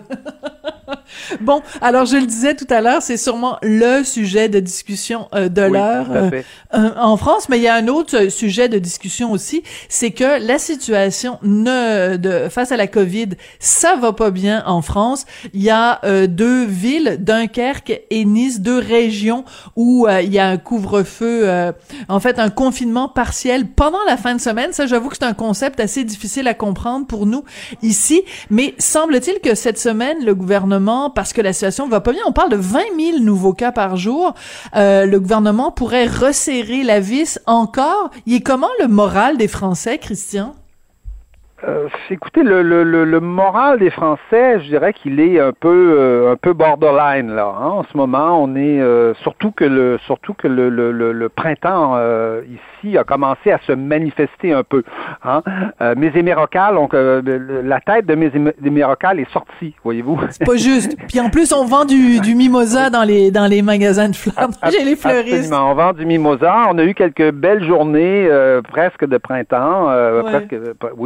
Bon, alors je le disais tout à l'heure, c'est sûrement le sujet de discussion euh, de oui, l'heure euh, euh, en France, mais il y a un autre sujet de discussion aussi, c'est que la situation ne, de, face à la COVID, ça va pas bien en France. Il y a euh, deux villes, Dunkerque et Nice, deux régions où euh, il y a un couvre-feu, euh, en fait un confinement partiel pendant la fin de semaine. Ça, j'avoue que c'est un concept assez difficile à comprendre pour nous ici, mais semble-t-il que cette semaine, le gouvernement, parce que la situation va pas bien, on parle de vingt mille nouveaux cas par jour, euh, le gouvernement pourrait resserrer la vis encore. Il est comment le moral des Français, Christian? Euh, écoutez, le, le, le, le moral des Français, je dirais qu'il est un peu euh, un peu borderline là. Hein. En ce moment, on est euh, surtout que le surtout que le le, le, le printemps euh, ici a commencé à se manifester un peu. Hein. Euh, mes émérocales, donc euh, la tête de mes émérocales est sortie, voyez-vous. C'est pas juste. Puis en plus, on vend du du mimosa dans les dans les magasins de fleurs. J'ai les fleuristes. Absolument, on vend du mimosa. On a eu quelques belles journées euh, presque de printemps, euh, ouais. presque. Oui, tout à fait.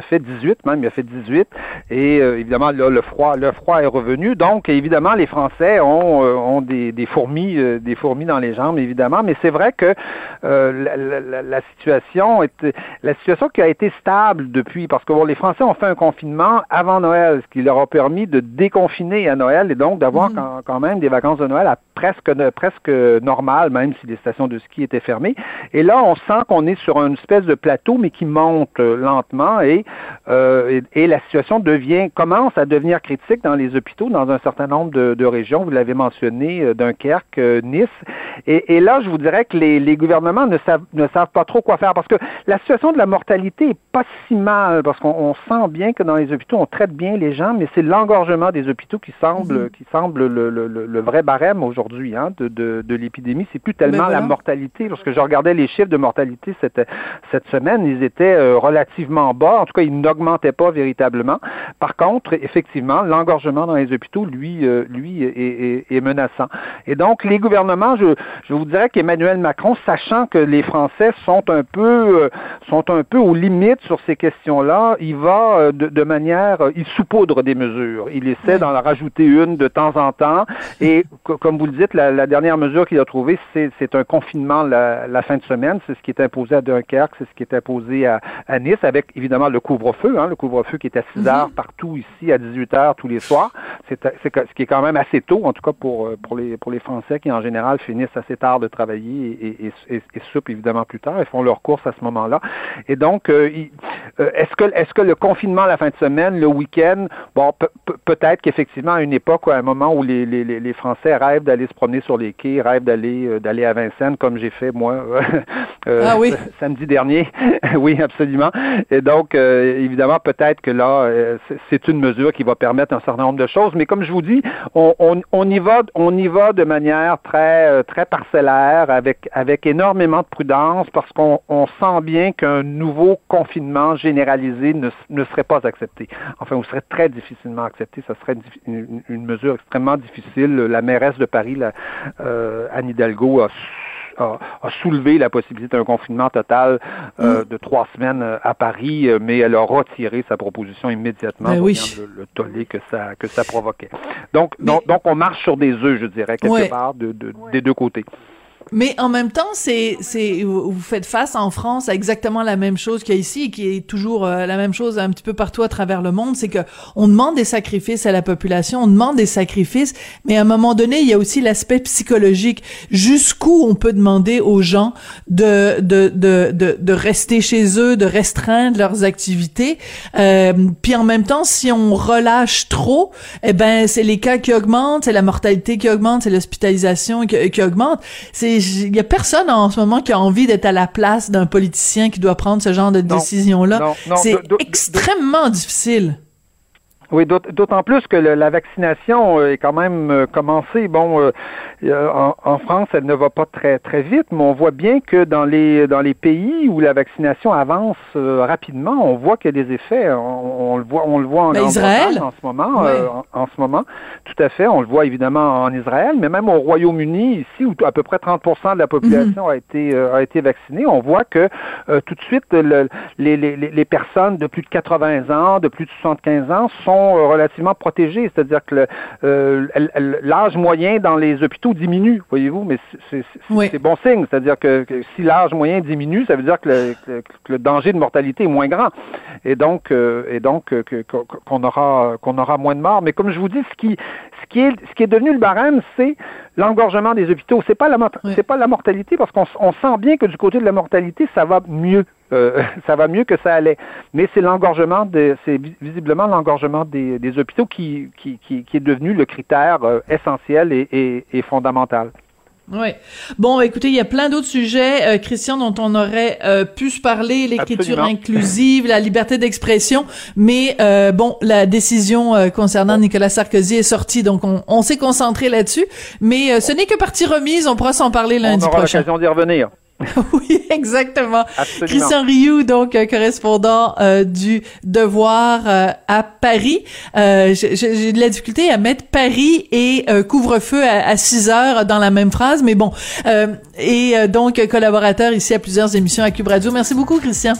fait dix-huit même, il a fait dix-huit. Et euh, évidemment, là, le froid, le froid est revenu. Donc, évidemment, les Français ont, euh, ont des, des fourmis, euh, des fourmis dans les jambes, évidemment. Mais c'est vrai que euh, la, la, la situation est, la situation qui a été stable depuis, parce que bon, les Français ont fait un confinement avant Noël, ce qui leur a permis de déconfiner à Noël et donc d'avoir mmh. quand, quand même des vacances de Noël à presque, presque normales, même si les stations de ski étaient fermées. Et là, on sent qu'on est sur une espèce de plateau, mais qui monte euh, lentement et, euh, et, et la situation devient, commence à devenir critique dans les hôpitaux, dans un certain nombre de, de régions. Vous l'avez mentionné, euh, Dunkerque, euh, Nice. Et, et là, je vous dirais que les, les gouvernements ne savent, ne savent pas trop quoi faire parce que la situation de la mortalité est pas si mal parce qu'on on sent bien que dans les hôpitaux, on traite bien les gens, mais c'est l'engorgement des hôpitaux qui semble, mmh. qui semble le, le, le, le vrai barème aujourd'hui hein, de, de, de l'épidémie. C'est plus tellement voilà. la mortalité. Lorsque je regardais les chiffres de mortalité cette, cette semaine, ils étaient euh, relativement bas. En tout cas, ils n'augmentaient pas véritablement. Par contre, effectivement, l'engorgement dans les hôpitaux, lui, euh, lui est, est, est menaçant. Et donc, les gouvernements, je, je vous dirais qu'Emmanuel Macron, sachant que les Français sont un peu, euh, sont un peu aux limites sur ces questions-là, il va euh, de, de manière, euh, il saupoudre des mesures. Il essaie d'en rajouter une de temps en temps. Et c- comme vous le dites, la, la dernière mesure qu'il a trouvée, c'est, c'est un confinement la, la fin de semaine. C'est ce qui est imposé à Dunkerque, c'est ce qui est imposé à, à Nice, avec évidemment le couvre-feu, hein, le couvre-feu qui est à six heures mm-hmm. partout ici, à dix-huit heures tous les soirs. C'est, c'est ce qui est quand même assez tôt, en tout cas pour pour les pour les Français qui en général finissent assez tard de travailler et, et, et, et soupent évidemment plus tard. Ils font leurs courses à ce moment-là. Et donc, euh, il, euh, est-ce que est-ce que le confinement la fin de semaine, le week-end, bon, pe- pe- peut-être qu'effectivement à une époque, à un moment où les, les, les Français rêvent d'aller se promener sur les quais, rêvent d'aller euh, d'aller à Vincennes, comme j'ai fait moi euh, ah oui. samedi dernier. Oui, absolument. Et donc, euh, évidemment, peut-être que là, euh, c'est une mesure qui va permettre un certain nombre de choses. Mais comme je vous dis, on, on, on y va, on y va de manière très, très parcellaire, avec, avec énormément de prudence, parce qu'on on sent bien qu'un nouveau confinement généralisé ne, ne serait pas accepté. Enfin, ou serait très difficilement accepté. Ça serait une, une mesure extrêmement difficile. La mairesse de Paris, la, euh, Anne Hidalgo, a A, a soulevé la possibilité d'un confinement total euh, mmh. de trois semaines à Paris, mais elle a retiré sa proposition immédiatement, ben voyant oui. le, le tollé que ça que ça provoquait. Donc, mais... donc, donc, on marche sur des œufs, je dirais, quelque ouais. part, de, de, ouais. des deux côtés. Mais en même temps, c'est, c'est, vous faites face en France à exactement la même chose qu'il y a ici, qui est toujours euh, la même chose un petit peu partout à travers le monde, c'est que on demande des sacrifices à la population, on demande des sacrifices, mais à un moment donné, il y a aussi l'aspect psychologique. Jusqu'où on peut demander aux gens de, de, de, de, de rester chez eux, de restreindre leurs activités, euh, puis en même temps, si on relâche trop, eh ben, c'est les cas qui augmentent, c'est la mortalité qui augmente, c'est l'hospitalisation qui, qui augmente. C'est il y a personne en ce moment qui a envie d'être à la place d'un politicien qui doit prendre ce genre de décision-là. Non, non, c'est d- d- extrêmement d- difficile. Oui, d'autant plus que le, la vaccination est quand même commencée. Bon, euh, en, en France, elle ne va pas très très vite, mais on voit bien que dans les dans les pays où la vaccination avance euh, rapidement, on voit qu'il y a des effets. On, on le voit, on le voit en, en Israël en ce moment. Oui. Euh, en, en ce moment, tout à fait. On le voit évidemment en Israël, mais même au Royaume-Uni, ici, où à peu près trente pour cent de la population mm-hmm. a été euh, a été vaccinée, on voit que euh, tout de suite le, les, les les personnes de plus de quatre-vingts ans, de plus de soixante-quinze ans sont relativement protégés, c'est-à-dire que le, euh, l'âge moyen dans les hôpitaux diminue, voyez-vous, mais c'est, c'est, oui. c'est bon signe, c'est-à-dire que, que si l'âge moyen diminue, ça veut dire que le, que, que le danger de mortalité est moins grand, et donc, euh, et donc que, que, qu'on aura qu'on aura moins de morts. Mais comme je vous dis, ce qui ce qui est ce qui est devenu le barème, c'est l'engorgement des hôpitaux. C'est pas la oui. c'est pas la mortalité, parce qu'on on sent bien que du côté de la mortalité, ça va mieux. Euh, ça va mieux que ça allait. Mais c'est l'engorgement, de, c'est visiblement l'engorgement des, des hôpitaux qui, qui, qui, qui est devenu le critère euh, essentiel et, et, et fondamental. Oui. Bon, écoutez, il y a plein d'autres sujets, euh, Christian, dont on aurait euh, pu se parler, l'écriture Absolument. inclusive, la liberté d'expression, mais euh, bon, la décision euh, concernant Nicolas Sarkozy est sortie, donc on, on s'est concentré là-dessus, mais euh, ce n'est que partie remise, on pourra s'en parler lundi prochain. On aura prochain. l'occasion d'y revenir. Oui, exactement. Absolument. Christian Rioux, donc euh, correspondant euh, du Devoir euh, à Paris. Euh, j'ai, j'ai de la difficulté à mettre Paris et euh, couvre-feu à, à six heures dans la même phrase, mais bon. Euh, et euh, donc collaborateur ici à plusieurs émissions à Cube Radio. Merci beaucoup, Christian.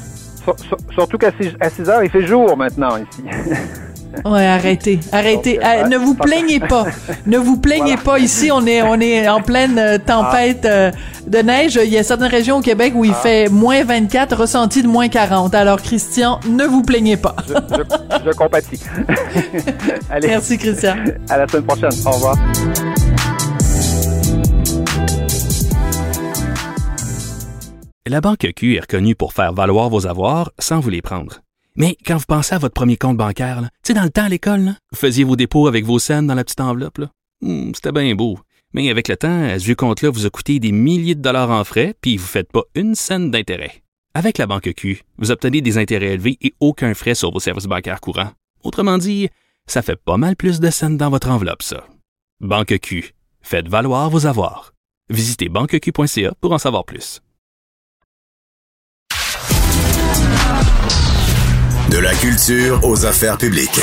Surtout qu'à six heures, il fait jour maintenant ici. Ouais, arrêtez, arrêtez. Donc, euh, ne vous plaignez pas. Ne vous plaignez voilà. pas. Ici, on est, on est en pleine euh, tempête euh, de neige. Il y a certaines régions au Québec où il ah. fait moins vingt-quatre, ressenti de moins quarante. Alors, Christian, ne vous plaignez pas. je, je, je compatis. Allez. Merci, Christian. À la semaine prochaine. Au revoir. La Banque Q est reconnue pour faire valoir vos avoirs sans vous les prendre. Mais quand vous pensez à votre premier compte bancaire, tu sais, dans le temps à l'école, là, vous faisiez vos dépôts avec vos scènes dans la petite enveloppe. Là. Hum, c'était bien beau. Mais avec le temps, ce vieux compte-là vous a coûté des milliers de dollars en frais, puis vous ne faites pas une scène d'intérêt. Avec la Banque Q, vous obtenez des intérêts élevés et aucun frais sur vos services bancaires courants. Autrement dit, ça fait pas mal plus de scènes dans votre enveloppe, ça. Banque Q. Faites valoir vos avoirs. Visitez banque q point c a pour en savoir plus. De la culture aux affaires publiques.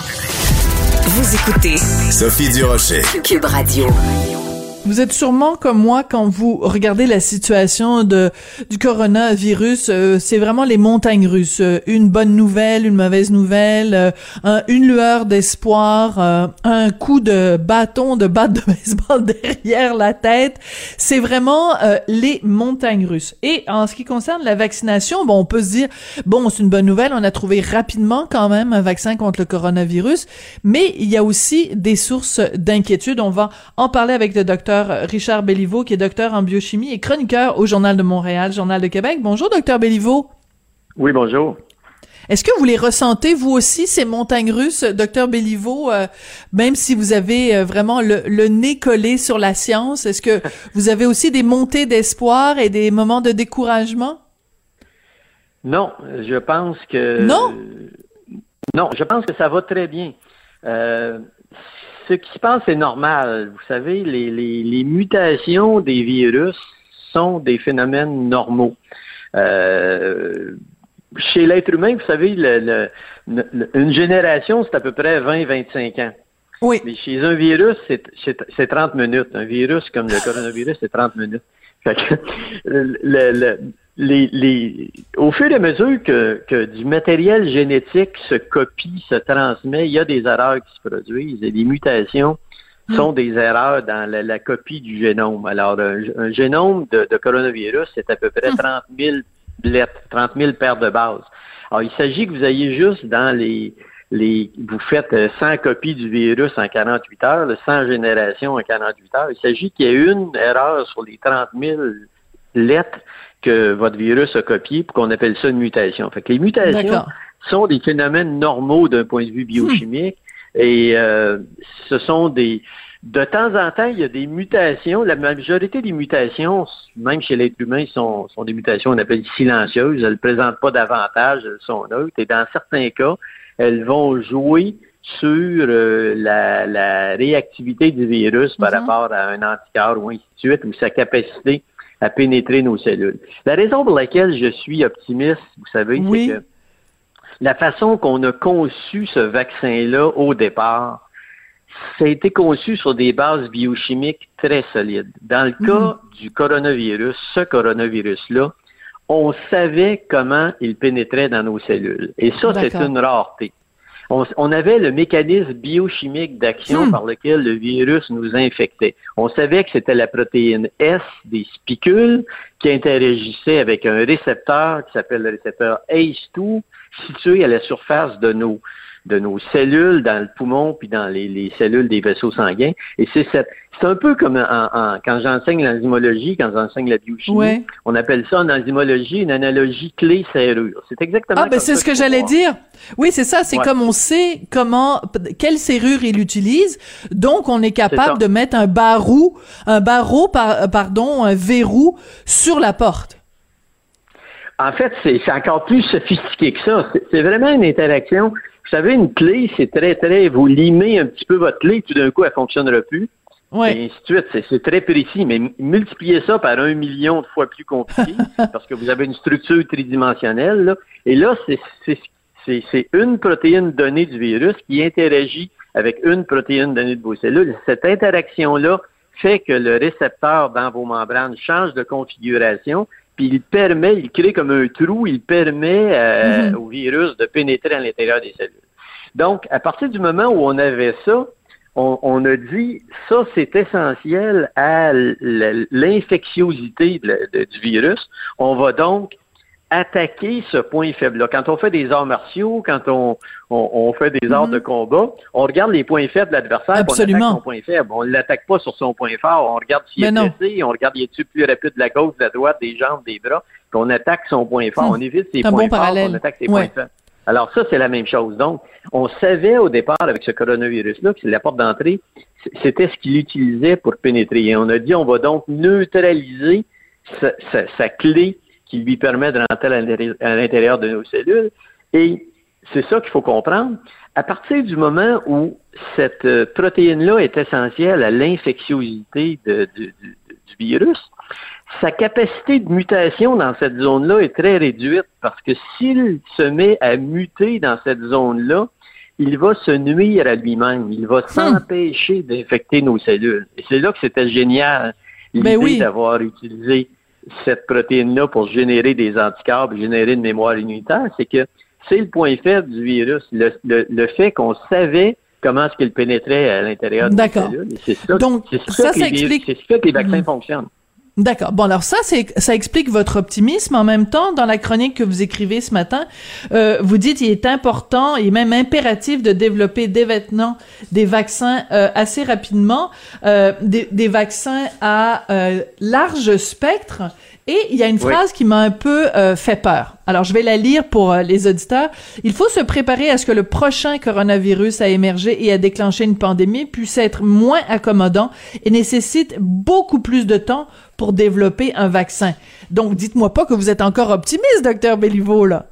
Vous écoutez Sophie Durocher, Cube Radio. Vous êtes sûrement comme moi quand vous regardez la situation de du coronavirus, euh, c'est vraiment les montagnes russes. Euh, une bonne nouvelle, une mauvaise nouvelle, euh, un, une lueur d'espoir, euh, un coup de bâton, de batte de baseball derrière la tête. C'est vraiment euh, les montagnes russes. Et en ce qui concerne la vaccination, bon, on peut se dire, bon, c'est une bonne nouvelle, on a trouvé rapidement quand même un vaccin contre le coronavirus, mais il y a aussi des sources d'inquiétude. On va en parler avec le docteur Richard Béliveau, qui est docteur en biochimie et chroniqueur au Journal de Montréal, Journal de Québec. Bonjour, docteur Béliveau. Oui, bonjour. Est-ce que vous les ressentez, vous aussi, ces montagnes russes, docteur Béliveau, euh, même si vous avez euh, vraiment le, le nez collé sur la science? Est-ce que vous avez aussi des montées d'espoir et des moments de découragement? Non, je pense que... Non? Non, je pense que ça va très bien. Euh... Ce qui se passe est normal. Vous savez, les, les, les mutations des virus sont des phénomènes normaux. Euh, chez l'être humain, vous savez, le, le, le, une génération, c'est à peu près vingt à vingt-cinq ans. Oui. Mais chez un virus, c'est, c'est, c'est trente minutes. Un virus comme le coronavirus, c'est trente minutes. Fait que, le, le, les, les, au fur et à mesure que, que du matériel génétique se copie, se transmet, il y a des erreurs qui se produisent et les mutations mmh. sont des erreurs dans la, la copie du génome. Alors, un, un génome de, de coronavirus, c'est à peu près mmh. trente mille lettres, trente mille paires de bases. Alors, il s'agit que vous ayez juste dans les... les vous faites cent copies du virus en quarante-huit heures, cent générations en quarante-huit heures. Il s'agit qu'il y ait une erreur sur les trente mille lettres que votre virus a copié pour qu'on appelle ça une mutation. Fait que les mutations D'accord. sont des phénomènes normaux d'un point de vue biochimique mmh. et euh, ce sont des... De temps en temps, il y a des mutations. La majorité des mutations, même chez l'être humain, sont, sont des mutations qu'on appelle silencieuses. Elles ne présentent pas d'avantages, elles sont neutres. Et dans certains cas, elles vont jouer sur euh, la, la réactivité du virus par mmh. rapport à un anticorps ou ainsi de suite, ou sa capacité à pénétrer nos cellules. La raison pour laquelle je suis optimiste, vous savez, oui. c'est que la façon qu'on a conçu ce vaccin-là au départ, ça a été conçu sur des bases biochimiques très solides. Dans le cas mmh. du coronavirus, ce coronavirus-là, on savait comment il pénétrait dans nos cellules. Et ça, D'accord. c'est une rareté. On, on avait le mécanisme biochimique d'action mmh. par lequel le virus nous infectait. On savait que c'était la protéine S des spicules qui interagissait avec un récepteur qui s'appelle le récepteur A C E deux situé à la surface de nos de nos cellules dans le poumon puis dans les, les cellules des vaisseaux sanguins. Et c'est cette, c'est un peu comme en, en, quand j'enseigne l'enzymologie, quand j'enseigne la biochimie, ouais. on appelle ça en enzymologie une analogie clé-serrure. C'est exactement Ah, ben c'est ce que j'allais voir. dire. Oui, c'est ça. C'est ouais. comme on sait comment, quelle serrure il utilise. Donc, on est capable de mettre un barreau, un barreau, par, pardon, un verrou sur la porte. En fait, c'est, c'est encore plus sophistiqué que ça. C'est, c'est vraiment une interaction. Vous savez, une clé, c'est très, très... Vous limez un petit peu votre clé, tout d'un coup, elle ne fonctionnera plus. Oui. Et ainsi de suite. C'est, c'est très précis, mais multipliez ça par un million de fois plus compliqué, parce que vous avez une structure tridimensionnelle, là. Et là, c'est, c'est, c'est, c'est une protéine donnée du virus qui interagit avec une protéine donnée de vos cellules. Cette interaction-là fait que le récepteur dans vos membranes change de configuration, puis il permet, il crée comme un trou, il permet euh, mm-hmm. au virus de pénétrer à l'intérieur des cellules. Donc, à partir du moment où on avait ça, on, on a dit, ça, c'est essentiel à l'infectiosité de, de, du virus. On va donc attaquer ce point faible-là. Quand on fait des arts martiaux, quand on, on, on fait des arts mm-hmm. de combat, on regarde les points faibles de l'adversaire, on attaque son point faible. On ne l'attaque pas sur son point fort. On regarde s'il est blessé, on regarde, il est-tu plus rapide de la gauche, de la droite, des jambes, des bras, puis on attaque son point fort. Mm. On évite ses c'est points bon forts, parallèle. on attaque ses ouais. points faibles. Alors ça, c'est la même chose. Donc, on savait au départ avec ce coronavirus-là que la porte d'entrée, c'était ce qu'il utilisait pour pénétrer. Et on a dit, on va donc neutraliser sa, sa, sa clé qui lui permet de rentrer à l'intérieur de nos cellules. Et c'est ça qu'il faut comprendre. À partir du moment où cette protéine-là est essentielle à l'infectiosité de, de, de, du virus, sa capacité de mutation dans cette zone-là est très réduite parce que s'il se met à muter dans cette zone-là, il va se nuire à lui-même. Il va s'empêcher d'infecter nos cellules. Et c'est là que c'était génial, l'idée oui. d'avoir utilisé cette protéine-là pour générer des anticorps et générer une mémoire immunitaire. C'est que c'est le point faible du virus, le, le, le fait qu'on savait comment est-ce qu'il pénétrait à l'intérieur de nos cellules. Et c'est ça, Donc, c'est ça, ça, que ça les, explique... c'est ça que les vaccins mmh. fonctionnent. D'accord. Bon, alors ça, c'est, ça explique votre optimisme. En même temps, dans la chronique que vous écrivez ce matin, euh, vous dites qu'il est important et même impératif de développer dès maintenant des vaccins euh, assez rapidement, euh, des, des vaccins à euh, large spectre. Et il y a une phrase oui. qui m'a un peu euh, fait peur. Alors, je vais la lire pour euh, les auditeurs. Il faut se préparer à ce que le prochain coronavirus à émerger et à déclencher une pandémie puisse être moins accommodant et nécessite beaucoup plus de temps pour développer un vaccin. Donc, dites-moi pas que vous êtes encore optimiste, docteur Béliveau, là.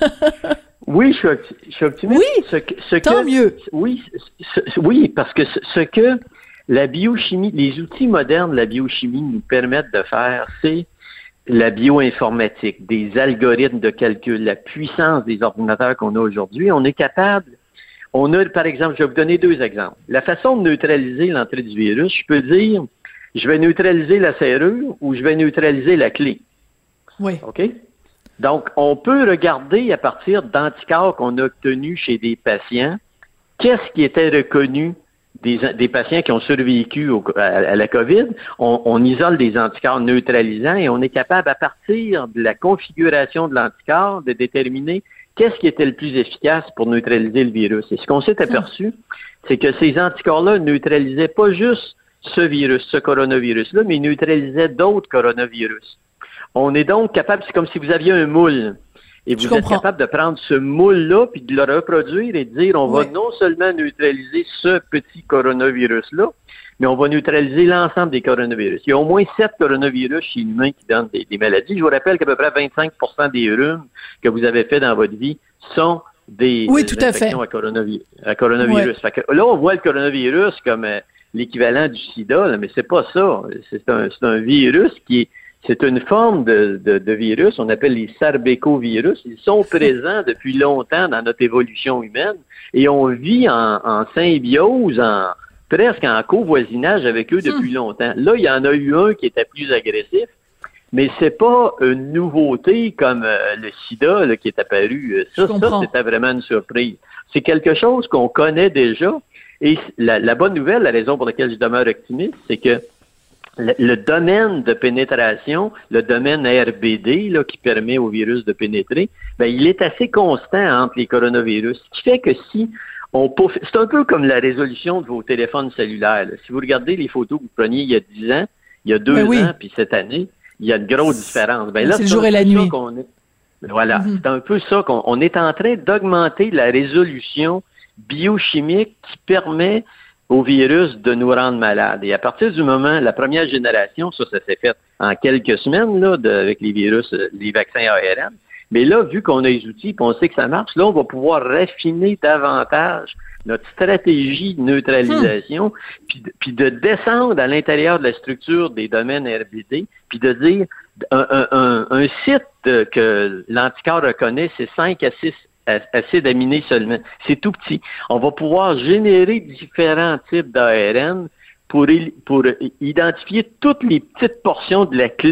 Oui, je suis, je suis optimiste. Oui, ce que, ce tant que, mieux. Oui, ce, oui, parce que ce, ce que la biochimie, les outils modernes de la biochimie nous permettent de faire, c'est la bioinformatique, des algorithmes de calcul, la puissance des ordinateurs qu'on a aujourd'hui. On est capable, on a, par exemple, je vais vous donner deux exemples. La façon de neutraliser l'entrée du virus, je peux dire, je vais neutraliser la serrure ou je vais neutraliser la clé. Oui. OK? Donc, on peut regarder à partir d'anticorps qu'on a obtenus chez des patients, qu'est-ce qui était reconnu des, des patients qui ont survécu au, à, à la COVID. On, on isole des anticorps neutralisants et on est capable, à partir de la configuration de l'anticorps, de déterminer qu'est-ce qui était le plus efficace pour neutraliser le virus. Et ce qu'on s'est aperçu, c'est que ces anticorps-là neutralisaient pas juste ce virus, ce coronavirus-là, mais ils neutralisaient d'autres coronavirus. On est donc capable, c'est comme si vous aviez un moule, et vous êtes capable de prendre ce moule-là, puis de le reproduire et de dire, on oui. va non seulement neutraliser ce petit coronavirus-là, mais on va neutraliser l'ensemble des coronavirus. Il y a au moins sept coronavirus chez l'humain qui donnent des, des maladies. Je vous rappelle qu'à peu près vingt-cinq pour cent des rhumes que vous avez fait dans votre vie sont des, oui, des tout infections à, à, coronavi- à coronavirus. Ouais. Fait que là, on voit le coronavirus comme euh, l'équivalent du sida, là, mais c'est pas ça. C'est un, c'est un virus qui est C'est une forme de, de, de virus, on appelle les sarbecovirus. Ils sont présents depuis longtemps dans notre évolution humaine et on vit en, en symbiose, en, presque en covoisinage avec eux depuis mmh. longtemps. Là, il y en a eu un qui était plus agressif, mais c'est pas une nouveauté comme euh, le sida là, qui est apparu. Ça, ça, c'était vraiment une surprise. C'est quelque chose qu'on connaît déjà et la, la bonne nouvelle, la raison pour laquelle je demeure optimiste, c'est que Le, le domaine de pénétration, le domaine R B D là, qui permet au virus de pénétrer, ben, il est assez constant entre les coronavirus. Ce qui fait que si on pouf... c'est un peu comme la résolution de vos téléphones cellulaires. Là. Si vous regardez les photos que vous preniez il y a dix ans, il y a deux ben oui. ans, puis cette année, il y a une grosse différence. Ben, là, c'est, c'est le jour et la nuit. Qu'on est... Voilà, mm-hmm. c'est un peu ça qu'on on est en train d'augmenter la résolution biochimique qui permet au virus de nous rendre malades. Et à partir du moment, la première génération, ça, ça s'est fait en quelques semaines, là, de, avec les virus, les vaccins A R N. Mais là, vu qu'on a les outils et on sait que ça marche, là, on va pouvoir raffiner davantage notre stratégie de neutralisation, hmm. puis, puis de descendre à l'intérieur de la structure des domaines R B D, puis de dire, un, un, un, un site que l'anticorps reconnaît, c'est cinq à six acides aminés seulement. C'est tout petit. On va pouvoir générer différents types d'A R N pour, pour identifier toutes les petites portions de la clé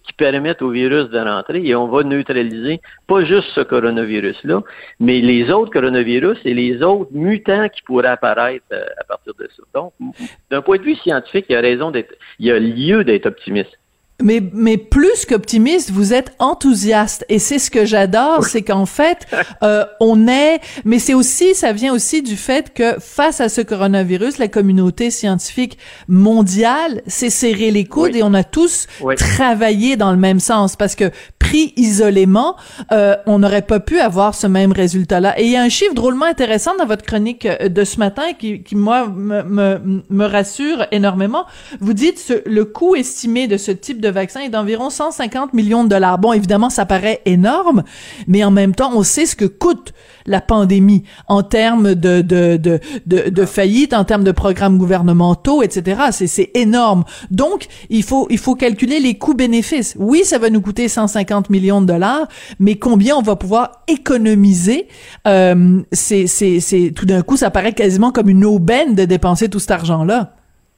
qui permettent au virus de rentrer et on va neutraliser pas juste ce coronavirus-là, mais les autres coronavirus et les autres mutants qui pourraient apparaître euh, à partir de ça. Donc, d'un point de vue scientifique, il y a raison d'être, il y a lieu d'être optimiste. Mais, mais plus qu'optimiste, vous êtes enthousiaste. Et c'est ce que j'adore, oui. C'est qu'en fait, euh, on est, mais c'est aussi, ça vient aussi du fait que face à ce coronavirus, la communauté scientifique mondiale s'est serré les coudes oui. Et on a tous oui. travaillé dans le même sens parce que pris isolément, euh, on n'aurait pas pu avoir ce même résultat-là. Et il y a un chiffre drôlement intéressant dans votre chronique de ce matin qui, qui moi, me, me, me rassure énormément. Vous dites ce, le coût estimé de ce type de vaccin est d'environ cent cinquante millions de dollars. Bon, évidemment, ça paraît énorme, mais en même temps, on sait ce que coûte la pandémie en termes de de de de, de faillite, en termes de programmes gouvernementaux, et cetera. C'est c'est énorme. Donc, il faut il faut calculer les coûts-bénéfices. Oui, ça va nous coûter cent cinquante millions de dollars, mais combien on va pouvoir économiser? Euh, c'est c'est c'est tout d'un coup, ça paraît quasiment comme une aubaine de dépenser tout cet argent-là.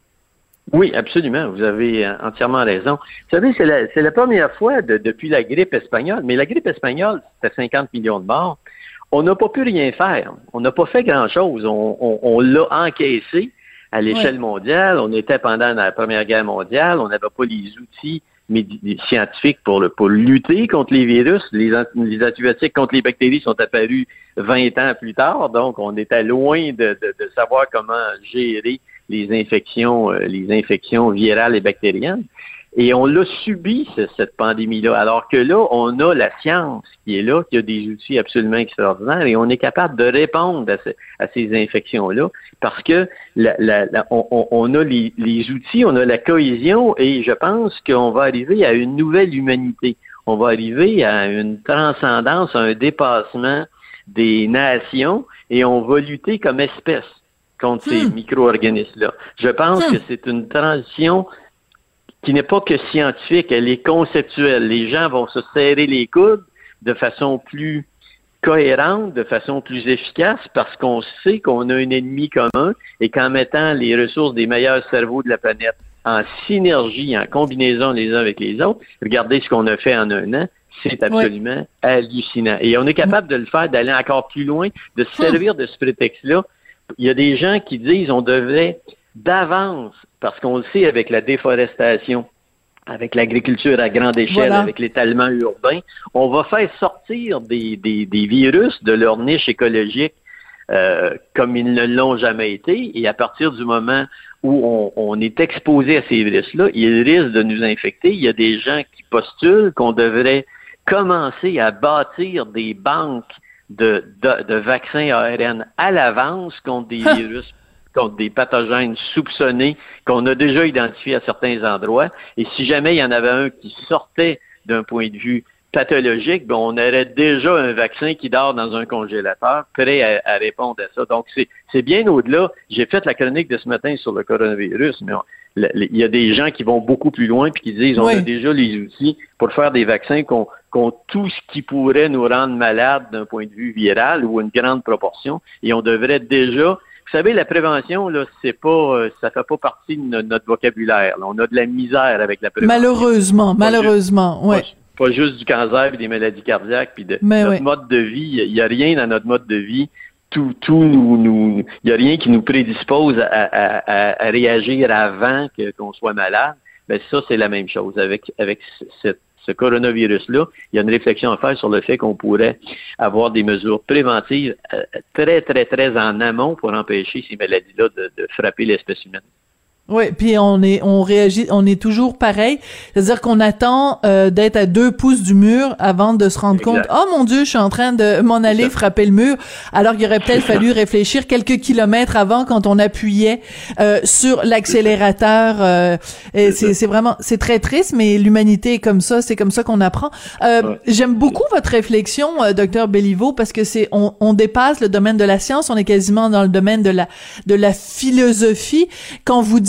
Oui, absolument. Vous avez entièrement raison. Vous savez, c'est la, c'est la première fois de, depuis la grippe espagnole, mais la grippe espagnole, c'était cinquante millions de morts. On n'a pas pu rien faire. On n'a pas fait grand-chose. On, on, on l'a encaissé à l'échelle ouais. mondiale. On était pendant la Première Guerre mondiale. On n'avait pas les outils médi- scientifiques pour, le, pour lutter contre les virus. Les, les antibiotiques contre les bactéries sont apparus vingt ans plus tard. Donc, on était loin de, de, de savoir comment gérer les infections, euh, les infections virales et bactériennes. Et on l'a subi, ce, cette pandémie-là. Alors que là, on a la science qui est là, qui a des outils absolument extraordinaires et on est capable de répondre à, ce, à ces infections-là parce que la, la, la, on, on a les, les outils, on a la cohésion et je pense qu'on va arriver à une nouvelle humanité. On va arriver à une transcendance, à un dépassement des nations et on va lutter comme espèce contre ces hmm. micro-organismes-là. Je pense hmm. que c'est une transition qui n'est pas que scientifique, elle est conceptuelle. Les gens vont se serrer les coudes de façon plus cohérente, de façon plus efficace, parce qu'on sait qu'on a un ennemi commun et qu'en mettant les ressources des meilleurs cerveaux de la planète en synergie, en combinaison les uns avec les autres, regardez ce qu'on a fait en un an, c'est absolument oui. hallucinant. Et on est capable de le faire, d'aller encore plus loin, de se servir de ce prétexte-là. Il y a des gens qui disent on devrait d'avance, parce qu'on le sait avec la déforestation, avec l'agriculture à grande échelle, voilà. avec l'étalement urbain, on va faire sortir des, des, des virus de leur niche écologique euh, comme ils ne l'ont jamais été. Et à partir du moment où on, on est exposé à ces virus-là, ils risquent de nous infecter. Il y a des gens qui postulent qu'on devrait commencer à bâtir des banques De, de, de vaccins A R N à l'avance contre des virus, contre des pathogènes soupçonnés qu'on a déjà identifiés à certains endroits. Et si jamais il y en avait un qui sortait d'un point de vue pathologique, ben on aurait déjà un vaccin qui dort dans un congélateur, prêt à, à répondre à ça. Donc, c'est, c'est bien au-delà. J'ai fait la chronique de ce matin sur le coronavirus, mais on, il y a des gens qui vont beaucoup plus loin puis qui disent on oui. a déjà les outils pour faire des vaccins qu'on contre tout ce qui pourrait nous rendre malades d'un point de vue viral ou une grande proportion et on devrait déjà vous savez la prévention là c'est pas ça fait pas partie de notre vocabulaire là. On a de la misère avec la prévention malheureusement pas malheureusement juste, ouais pas, pas juste du cancer et des maladies cardiaques puis de Mais notre oui. mode de vie il y a rien dans notre mode de vie tout, tout nous, nous, il y a rien qui nous prédispose à, à, à, à réagir avant que, qu'on soit malade. Ben ça, c'est la même chose avec, avec cette, ce coronavirus-là. Il y a une réflexion à faire sur le fait qu'on pourrait avoir des mesures préventives euh, très, très, très en amont pour empêcher ces maladies-là de, de frapper l'espèce humaine. Oui, puis on est on réagit on est toujours pareil, c'est-à-dire qu'on attend euh, d'être à deux pouces du mur avant de se rendre exact. compte oh mon Dieu, je suis en train de m'en aller exact. frapper le mur, alors qu'il aurait peut-être fallu réfléchir quelques kilomètres avant quand on appuyait euh, sur l'accélérateur euh, et c'est, c'est vraiment c'est très triste, mais l'humanité est comme ça, c'est comme ça qu'on apprend. Euh, ouais. J'aime beaucoup votre réflexion, euh, docteur Béliveau, parce que c'est on, on dépasse le domaine de la science, on est quasiment dans le domaine de la de la philosophie quand vous dites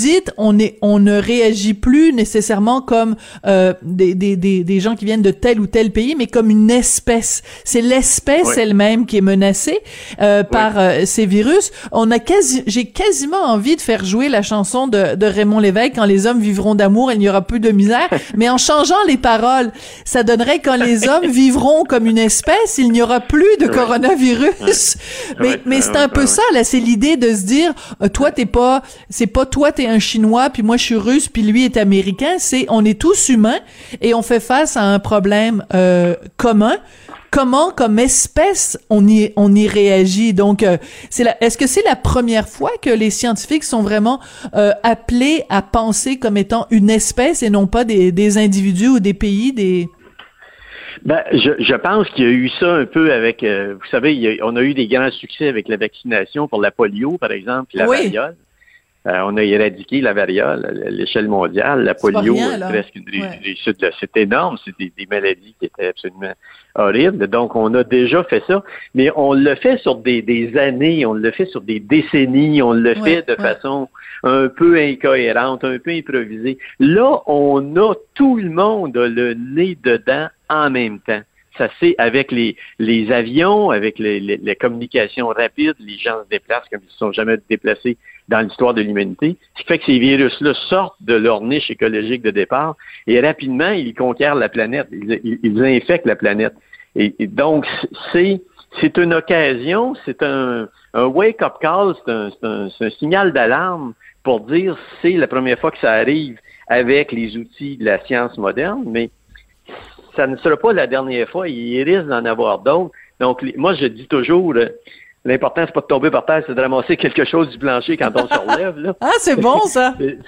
dites, on est, on ne réagit plus nécessairement comme euh, des, des, des, des gens qui viennent de tel ou tel pays, mais comme une espèce. C'est l'espèce oui. elle-même qui est menacée euh, oui. par euh, ces virus. On a quasi, j'ai quasiment envie de faire jouer la chanson de, de Raymond Lévesque, Quand les hommes vivront d'amour, il n'y aura plus de misère. Mais en changeant les paroles, ça donnerait Quand les hommes vivront comme une espèce, il n'y aura plus de coronavirus. Mais, Ouais. mais c'est un peu ça, là. C'est l'idée de se dire, euh, toi, t'es pas, c'est pas toi, t'es un Chinois, puis moi, je suis russe, puis lui est américain. C'est, on est tous humains et on fait face à un problème euh, commun. Comment, comme espèce, on y on y réagit? Donc, euh, c'est la, est-ce que c'est la première fois que les scientifiques sont vraiment euh, appelés à penser comme étant une espèce et non pas des, des individus ou des pays, des... Ben, je, je pense qu'il y a eu ça un peu avec, euh, vous savez, il y a, on a eu des grands succès avec la vaccination pour la polio, par exemple, puis la Oui. variole. Euh, on a éradiqué la variole à l'échelle mondiale. La polio, rien, c'est presque une ouais. réussite. C'est énorme. C'est des, des maladies qui étaient absolument horribles. Donc, on a déjà fait ça. Mais on le fait sur des, des années, on le fait sur des décennies, on le Ouais, fait de ouais. façon un peu incohérente, un peu improvisée. Là, on a tout le monde a le nez dedans en même temps. Ça c'est avec les, les avions, avec les, les, les communications rapides, les gens se déplacent comme ils ne se sont jamais déplacés dans l'histoire de l'humanité. Ce qui fait que ces virus-là sortent de leur niche écologique de départ et rapidement, ils conquièrent la planète. Ils, ils, ils infectent la planète. Et, et donc, c'est, c'est une occasion, c'est un, un wake-up call, c'est un, c'est un, c'est un signal d'alarme pour dire c'est la première fois que ça arrive avec les outils de la science moderne, mais ça ne sera pas la dernière fois. Il risque d'en avoir d'autres. Donc, les, moi, je dis toujours, euh, l'important, c'est pas de tomber par terre, c'est de ramasser quelque chose du plancher quand on se relève. Là. Ah, c'est bon, ça! c'est,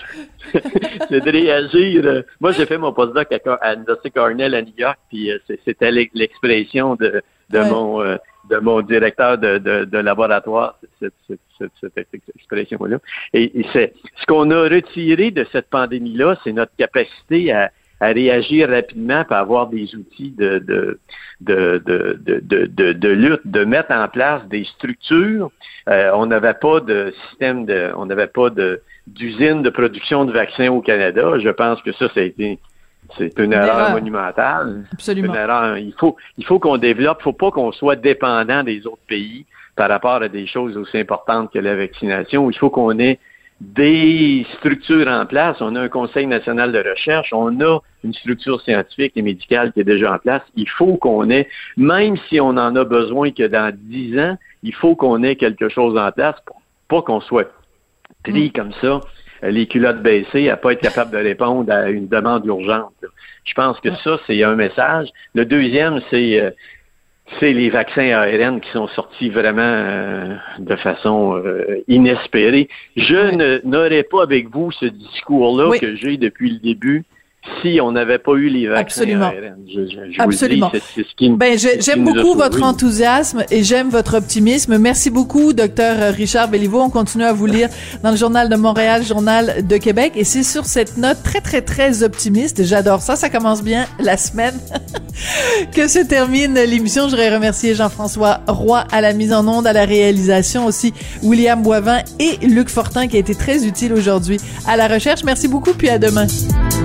c'est de réagir. Euh, moi, j'ai fait mon postdoc à, à l'Université Cornell à New York, puis euh, c'est, c'était l'expression de, de, Ouais. mon, euh, de mon directeur de, de, de laboratoire, cette, cette, cette, cette expression-là. Et, et c'est ce qu'on a retiré de cette pandémie-là, c'est notre capacité à à réagir rapidement pour avoir des outils de de de de de de, de, de lutte, de mettre en place des structures. Euh, on n'avait pas de système de, on n'avait pas de d'usine de production de vaccins au Canada. Je pense que ça, ça a été c'est une, une erreur, erreur monumentale. Absolument. Une erreur. Il faut il faut qu'on développe. Il faut pas qu'on soit dépendant des autres pays par rapport à des choses aussi importantes que la vaccination. Il faut qu'on ait des structures en place. On a un Conseil national de recherche, on a une structure scientifique et médicale qui est déjà en place. Il faut qu'on ait, même si on en a besoin que dans dix ans, il faut qu'on ait quelque chose en place pour pas qu'on soit pris mmh. comme ça, les culottes baissées, à pas être capable de répondre à une demande urgente. Je pense que ça, c'est un message. Le deuxième, c'est euh, c'est les vaccins A R N qui sont sortis vraiment euh, de façon euh, inespérée. Je ne, n'aurais pas avec vous ce discours-là oui. que j'ai depuis le début si on n'avait pas eu les vaccins Absolument. A R N. Je, je, je Absolument. Vous le dis, c'est, c'est ce qui, ben, je, j'aime beaucoup votre enthousiasme et j'aime votre optimisme. Merci beaucoup, docteur Richard Béliveau. On continue à vous lire dans le Journal de Montréal, Journal de Québec. Et c'est sur cette note très, très, très optimiste, j'adore ça, ça commence bien la semaine, que se termine l'émission. Je voudrais remercier Jean-François Roy à la mise en onde, à la réalisation aussi, William Boivin et Luc Fortin qui a été très utile aujourd'hui à la recherche. Merci beaucoup, puis à demain.